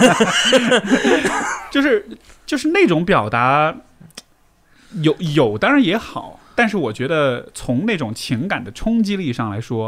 就是就是那种表达有有当然也好，但是我觉得从那种情感的冲击力上来说，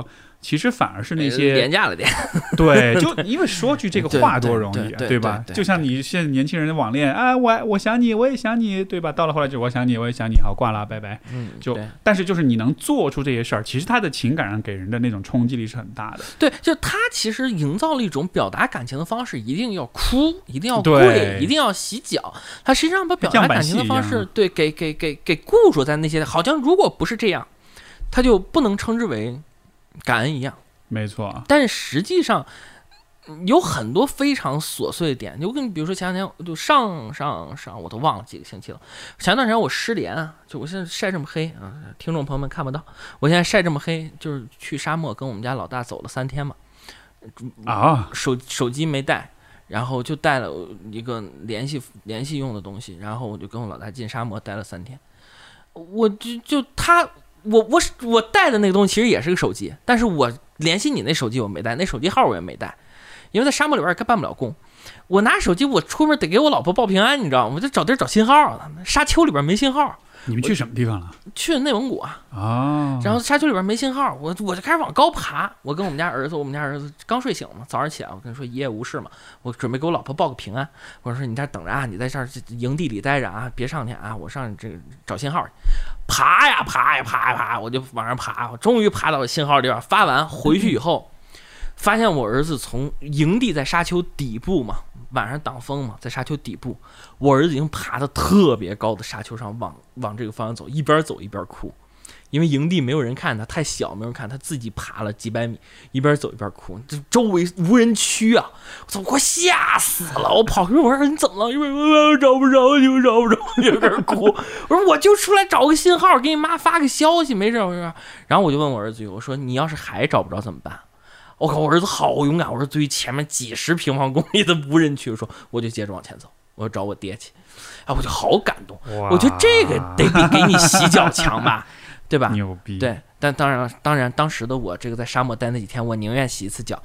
其实反而是那些廉价了点。 对，就因为说句这个话多容易啊， 对, 对, 对, 对吧？ 对对对就像你现在年轻人的网恋啊，我我想你，我也想你，对吧？到了后来就我想你，我也想你，好挂了，拜拜。 嗯， 就但是就是你能做出这些事儿，其实他的情感上给人的那种冲击力是很大的。 对，就他其实营造了一种表达感情的方式，一定要哭，一定要跪，一定要洗脚。他实际上把表达感情的方式，对，给给给给固着在那些，好像如果不是这样，他就不能称之为感恩一样。 没错， 但是实际上有很多非常琐碎的点。就跟你比如说前两天，就上上上我都忘了几个星期了。前段时间我失联啊，就我现在晒这么黑啊，听众朋友们看不到，我现在晒这么黑，就是去沙漠跟我们家老大走了三天嘛。 啊， 手手机没带，然后就带了一个联系联系用的东西，然后我就跟我老大进沙漠待了三天。我就就他我我我带的那个东西其实也是个手机，但是我联系你那手机我没带，那手机号我也没带，因为在沙漠里边也办不了工。我拿手机我出门得给我老婆报平安，你知道吗？我就找地儿找信号，沙丘里边没信号。 你们去什么地方了？ 去内蒙古啊。 哦。 然后沙丘里边没信号，我我就开始往高爬。我跟我们家儿子，我们家儿子刚睡醒嘛，早上起来我跟他说一夜无事嘛，我准备给我老婆报个平安。我说你在这等着啊，你在这儿营地里待着啊，别上去啊，我上这个找信号去。爬呀爬呀爬呀爬，我就往上爬，我终于爬到信号地方。发完回去以后，发现我儿子从营地在沙丘底部嘛，晚上挡风嘛，在沙丘底部，我儿子已经爬到特别高的沙丘上，往往这个方向走，一边走一边哭，因为营地没有人看他，太小没有人看他，自己爬了几百米，一边走一边哭，这周围无人区啊！我操，快吓死了！我跑去，我说你怎么了？因为我找不着你，找不着你，有点哭。我说我就出来找个信号，给你妈发个消息，没事。我说，然后我就问我儿子，我说你要是还找不着怎么办？我靠，我儿子好勇敢！我说对于前面几十平方公里的无人区，我说我就接着往前走，我找我爹去。啊，我就好感动。我觉得这个得比给你洗脚强吧，对吧？ 牛逼。 对，但当然，当然，当时的我这个在沙漠待那几天，我宁愿洗一次脚。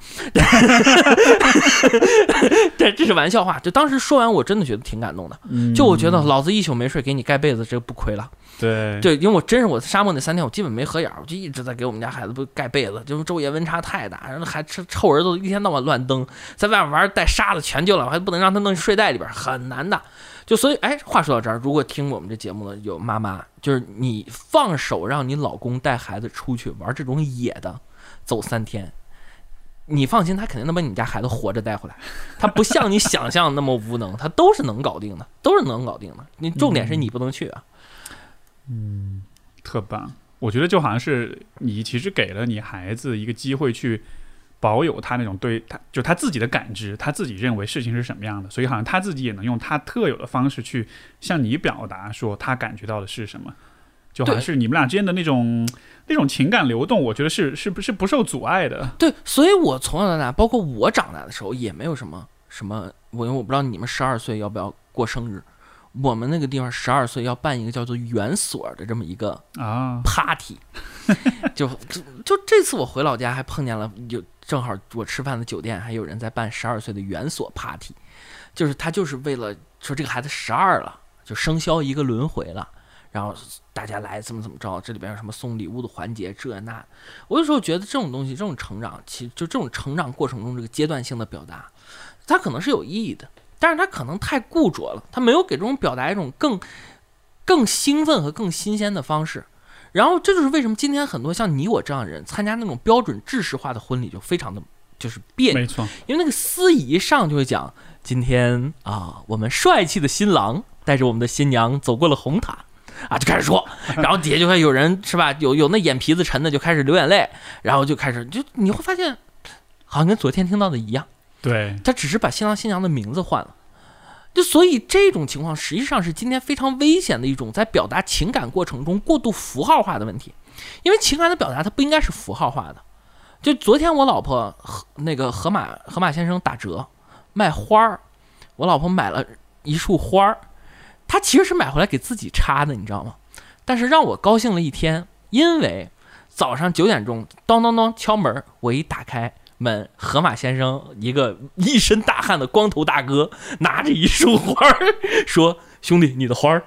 这这是玩笑话。就当时说完，我真的觉得挺感动的。就我觉得老子一宿没睡，给你盖被子，这个不亏了。 对对，因为我真是我在沙漠那三天，我基本没合眼，我就一直在给我们家孩子不盖被子，就是昼夜温差太大，然后还臭儿子一天到晚乱蹬，在外面玩带沙子全救了，我还不能让他弄睡袋里边，很难的。就所以，哎，话说到这儿，如果听我们这节目的有妈妈，就是你放手让你老公带孩子出去玩这种野的，走三天，你放心，他肯定能把你家孩子活着带回来。他不像你想象那么无能，他都是能搞定的，都是能搞定的。你重点是你不能去啊。 嗯，特棒。我觉得就好像是你其实给了你孩子一个机会去保有他那种对他就他自己的感知，他自己认为事情是什么样的，所以好像他自己也能用他特有的方式去向你表达说他感觉到的是什么，就好像是你们俩之间的那种那种情感流动，我觉得是是不是不受阻碍的。 对，所以我从小到大，包括我长大的时候，也没有什么什么，我因为我不知道你们十二岁要不要过生日。我们那个地方十二岁要办一个叫做园所的这么一个啊 party， 就就就这次我回老家还碰见了，有正好我吃饭的酒店还有人在办十二岁的园所 party， 就是他就是为了说这个孩子十二了，就生肖一个轮回了，然后大家来怎么怎么着，这里边有什么送礼物的环节这那，我有时候觉得这种东西，这种成长，其实就这种成长过程中这个阶段性的表达，它可能是有意义的。但是他可能太固着了，他没有给这种表达一种更更兴奋和更新鲜的方式。然后这就是为什么今天很多像你我这样的人参加那种标准制式化的婚礼就非常的就是别扭。 没错， 因为那个司仪上就会讲，今天啊，我们帅气的新郎带着我们的新娘走过了红毯啊，就开始说，然后底下就会有人是吧，有有那眼皮子沉的就开始流眼泪，然后就开始就你会发现好像跟昨天听到的一样。 对， 他只是把新郎新娘的名字换了，就所以这种情况实际上是今天非常危险的一种在表达情感过程中过度符号化的问题，因为情感的表达它不应该是符号化的。就昨天我老婆那个河马河马先生打折卖花儿，我老婆买了一束花儿，她其实是买回来给自己插的，你知道吗？但是让我高兴了一天，因为早上九点钟当当当敲门，我一打开门，河马先生一个一身大汗的光头大哥拿着一束花说，兄弟你的花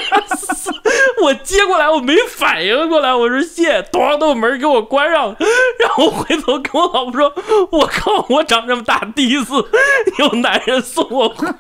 我接过来我没反应过来，我说谢，咣的门给我关上， 然后我回头跟我老婆说：“我靠，我长这么大第一次有男人送我花。”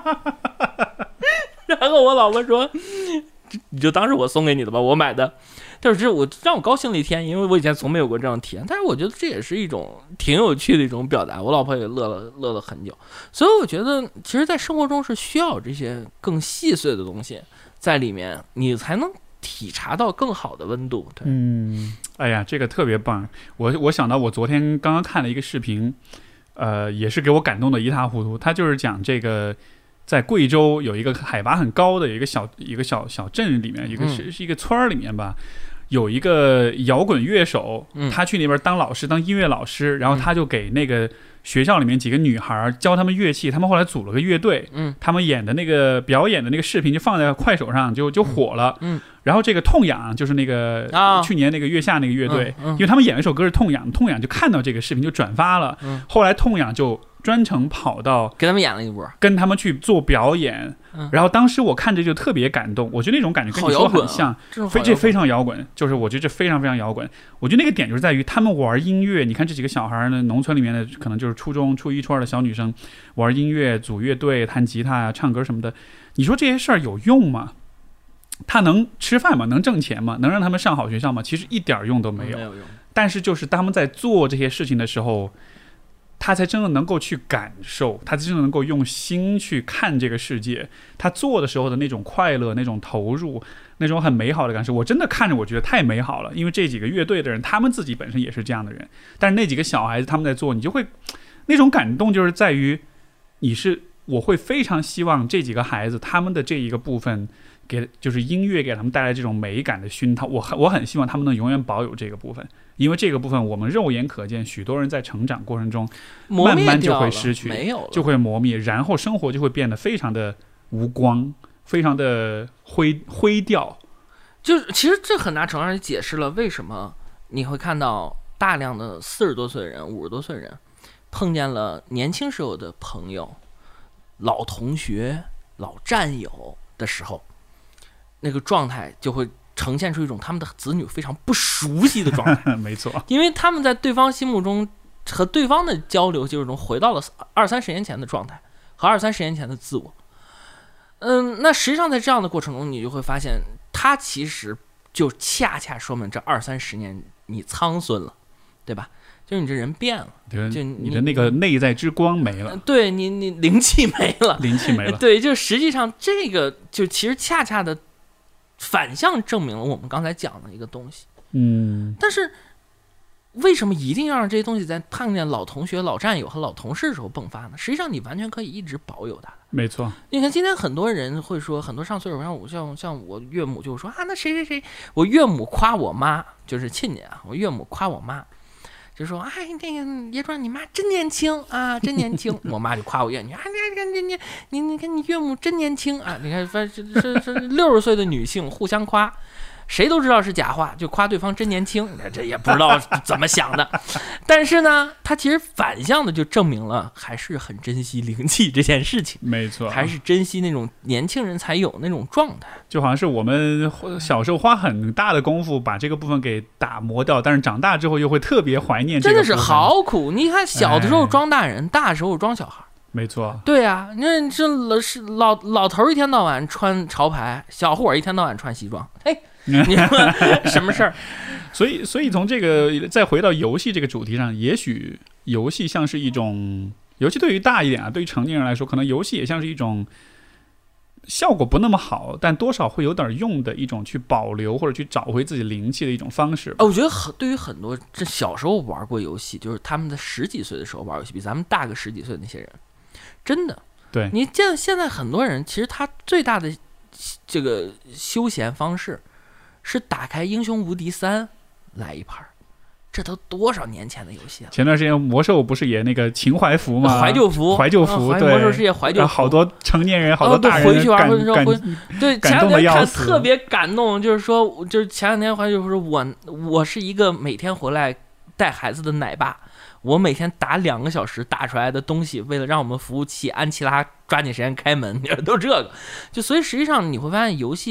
然后我老婆说：“你就当是我送给你的吧，我买的。”但是这我让我高兴了一天，因为我以前从没有过这样的体验。但是我觉得这也是一种挺有趣的一种表达，我老婆也乐了乐了很久。所以我觉得，其实，在生活中是需要这些更细碎的东西在里面，你才能体察到更好的温度。对， 嗯，哎呀，这个特别棒。我我想到我昨天刚刚看了一个视频，呃，也是给我感动的一塌糊涂。他就是讲这个。在贵州有一个海拔很高的有一个小一个小小镇里面，一个是是一个村里面吧，有一个摇滚乐手，他去那边当老师，当音乐老师，然后他就给那个学校里面几个女孩教他们乐器，他们后来组了个乐队，嗯，他们演的那个表演的那个视频就放在快手上，就就火了，嗯，然后这个痛痒就是那个、啊、去年那个月下那个乐队、嗯嗯，因为他们演一首歌是痛痒，痛痒就看到这个视频就转发了，嗯，后来痛痒就专程跑到跟他们演了一波， 跟他们去做表演、嗯、然后当时我看着就特别感动，我觉得那种感觉跟你说很像，非这非常摇滚，就是我觉得这非常非常摇滚。我觉得那个点就是在于他们玩音乐，你看这几个小孩呢，农村里面的可能就是初中初一初二的小女生玩音乐，组乐队弹吉他啊唱歌什么的，你说这些事儿有用吗？他能吃饭吗？能挣钱吗？能让他们上好学校吗？其实一点用都没有、嗯、没有用。但是就是他们在做这些事情的时候，他才真的能够去感受，他真的能够用心去看这个世界，他做的时候的那种快乐，那种投入，那种很美好的感受，我真的看着我觉得太美好了。因为这几个乐队的人他们自己本身也是这样的人，但是那几个小孩子他们在做，你就会那种感动，就是在于你是我会非常希望这几个孩子他们的这一个部分给就是音乐给他们带来这种美感的熏陶，我很我很希望他们能永远保有这个部分，因为这个部分我们肉眼可见，许多人在成长过程中慢慢就会失去， 没有了， 就会磨灭，然后生活就会变得非常的无光，非常的灰灰调。 就是其实这很大程度上解释了为什么你会看到大量的四十多岁人、五十多岁人碰见了年轻时候的朋友、老同学、老战友的时候，那个状态就会呈现出一种他们的子女非常不熟悉的状态。 没错， 因为他们在对方心目中和对方的交流就是中回到了二三十年前的状态和二三十年前的自我。嗯，那实际上在这样的过程中，你就会发现，他其实就恰恰说明这二三十年你苍孙了，对吧？就是你这人变了，就 你, 你的那个内在之光没了， 对你，你灵气没了， 灵气没了。 对，就实际上这个就其实恰恰的反向证明了我们刚才讲的一个东西。 嗯， 但是为什么一定要让这些东西在碰见老同学、老战友和老同事的时候迸发呢？实际上你完全可以一直保有它。 没错， 你看今天很多人会说，很多上岁数，像我像像我岳母就说啊，那谁谁谁，我岳母夸我妈，就是亲家啊，我岳母夸我妈。就说哎，那个爷庄你妈真年轻啊，真年轻。我妈就夸我岳女啊，你你你你你看你岳母真年轻啊，你看反正是是六十岁的女性互相夸，谁都知道是假话，就夸对方真年轻，这也不知道怎么想的。但是呢，他其实反向的就证明了还是很珍惜灵气这件事情。 没错， 还是珍惜那种年轻人才有那种状态。 就好像是我们小时候花很大的功夫把这个部分给打磨掉，但是长大之后又会特别怀念这个部分。 真的是好苦。你看小的时候装大人，哎、大的时候装小孩。 没错， 对啊，那这老是老老头一天到晚穿潮牌，小伙一天到晚穿西装，嘿，你说什么事儿？ 所以，所以从这个再回到游戏这个主题上，也许游戏像是一种，尤其对于大一点啊，对于成年人来说，可能游戏也像是一种效果不那么好，但多少会有点用的一种去保留或者去找回自己灵气的一种方式。 哦，我觉得很对于很多这小时候玩过游戏，就是他们在十几岁的时候玩游戏，比咱们大个十几岁的那些人。真的， 对， 你见现在很多人，其实他最大的这个休闲方式是打开《英雄无敌三》来一盘，这都多少年前的游戏了。 前段时间魔兽不是也那个情怀服吗？ 怀旧服， 怀旧服， 啊、 对， 魔兽世界怀旧服， 好多成年人，好多大人、 哦、回去玩的时候，对， 感动的要死， 特别感动。就是说，就是前两天怀旧服，我我是一个每天回来带孩子的奶爸。我每天打两个小时打出来的东西，为了让我们服务器安琪拉抓紧时间开门，都这个。就所以实际上你会发现，游戏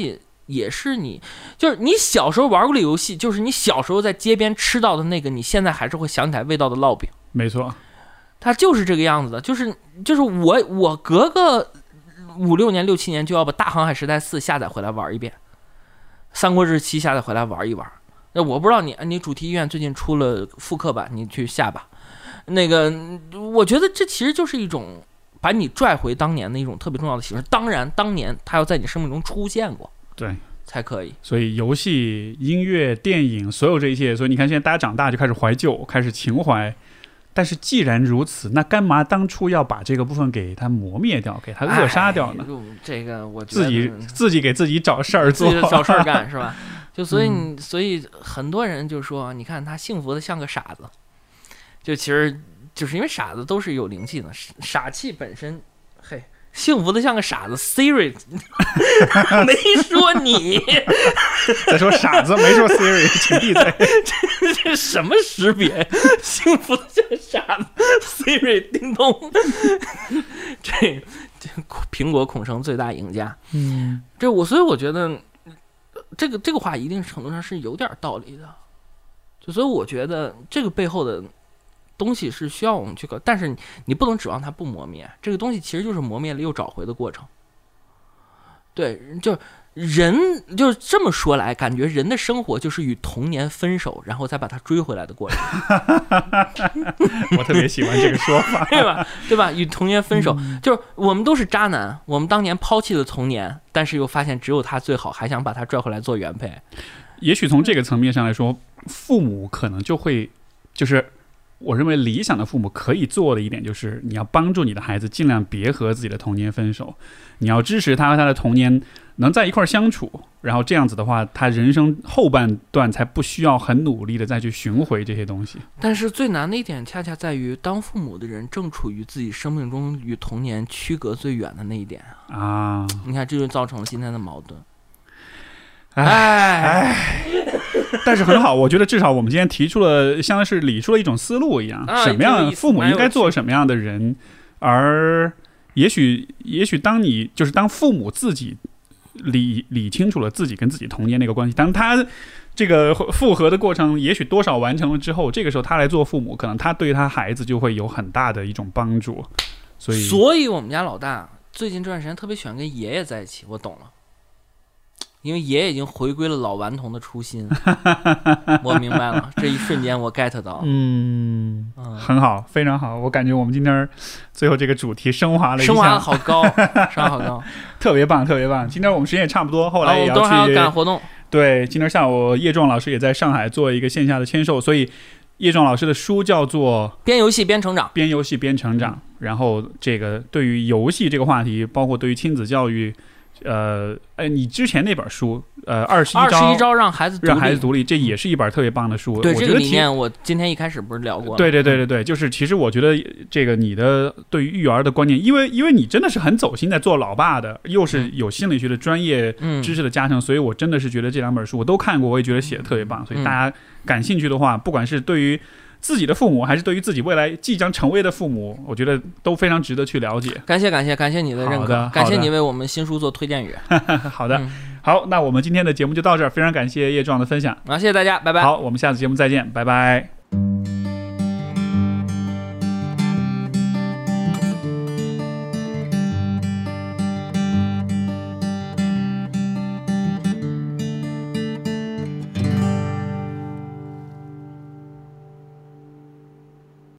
也是你，就是你小时候玩过的游戏，就是你小时候在街边吃到的那个，你现在还是会想起来味道的烙饼。 没错， 它就是这个样子的，就是就是我我隔个五六年六七年就要把《大航海时代四》下载回来玩一遍，《三国志七》下载回来玩一玩。那我不知道你你主题医院最近出了复刻版，你去下吧。那个我觉得这其实就是一种把你拽回当年的一种特别重要的形式。当然当年它要在你生命中出现过， 对， 才可以。 所以游戏、音乐、电影，所有这一切，所以你看现在大家长大就开始怀旧，开始情怀。但是既然如此，那干嘛当初要把这个部分给它磨灭掉，给它扼杀掉呢？ 这个我觉得自己自己给自己找事儿做， 自己找事儿干是吧？就所以你、 嗯、 所以很多人就说，你看他幸福的像个傻子，就其实就是因为傻子都是有灵气的，傻气本身，嘿。幸福的像个傻子 ，Siri 没说你， 在说傻子，没说 Siri， 请闭嘴。 这这什么识别？幸福的像个傻子 ，Siri 叮咚。这这苹果恐成最大赢家。 嗯， 这我所以我觉得这个这个话一定程度上是有点道理的。就所以我觉得这个背后的东西是需要我们去搞，但是 你, 你不能指望它不磨灭，这个东西其实就是磨灭了又找回的过程。对，就人就这么说来，感觉人的生活就是与童年分手，然后再把它追回来的过程。 我特别喜欢这个说法， 对吧？对吧？与童年分手， 嗯、 就是我们都是渣男，我们当年抛弃了童年，但是又发现只有他最好，还想把他拽回来做原配。 也许从这个层面上来说，父母可能就会就是。我认为理想的父母可以做的一点就是，你要帮助你的孩子尽量别和自己的童年分手，你要支持他和他的童年能在一块相处，然后这样子的话，他人生后半段才不需要很努力的再去寻回这些东西。 但是最难的一点恰恰在于，当父母的人正处于自己生命中与童年区隔最远的那一点啊！ 你看，这就造成了今天的矛盾。 哎哎，但是很好，我觉得至少我们今天提出了，像是理出了一种思路一样， 啊、 什么样父母应该做什么样的人，而也许也许当你就是当父母自己理理清楚了自己跟自己童年那个关系，当他这个复合的过程也许多少完成了之后，这个时候他来做父母，可能他对他孩子就会有很大的一种帮助。所以， 所以我们家老大最近这段时间特别喜欢跟爷爷在一起，我懂了。因为爷爷已经回归了老顽童的初心，我明白了，这一瞬间我 get 到， 嗯，嗯很好，非常好，我感觉我们今天最后这个主题升华了一下， 升华的好高，升华好高， 特别棒，特别棒。今天我们时间也差不多，后来也要去， 哦、我们还要赶活动。 对，今天下午叶壮老师也在上海做一个线下的签售，所以叶壮老师的书叫做 《边游戏边成长》， 边游戏边成长。然后这个对于游戏这个话题，包括对于亲子教育。呃，哎，你之前那本书，呃，二十一招， 二十一招让孩子独立让孩子独立，这也是一本特别棒的书。 对， 我觉得这个理念，我今天一开始不是聊过了？ 对对对对对，就是其实我觉得这个你的对于育儿的观念，因为因为你真的是很走心在做老爸的，又是有心理学的专业知识的加成，嗯、所以我真的是觉得这两本书我都看过，我也觉得写的特别棒。所以大家感兴趣的话，不管是对于自己的父母还是对于自己未来即将成为的父母，我觉得都非常值得去了解。 感谢感谢感谢你的认可，感谢你为我们新书做推荐语。 好的、嗯、好，那我们今天的节目就到这儿，非常感谢叶壮的分享。 好，谢谢大家，拜拜。 好，我们下次节目再见，拜拜。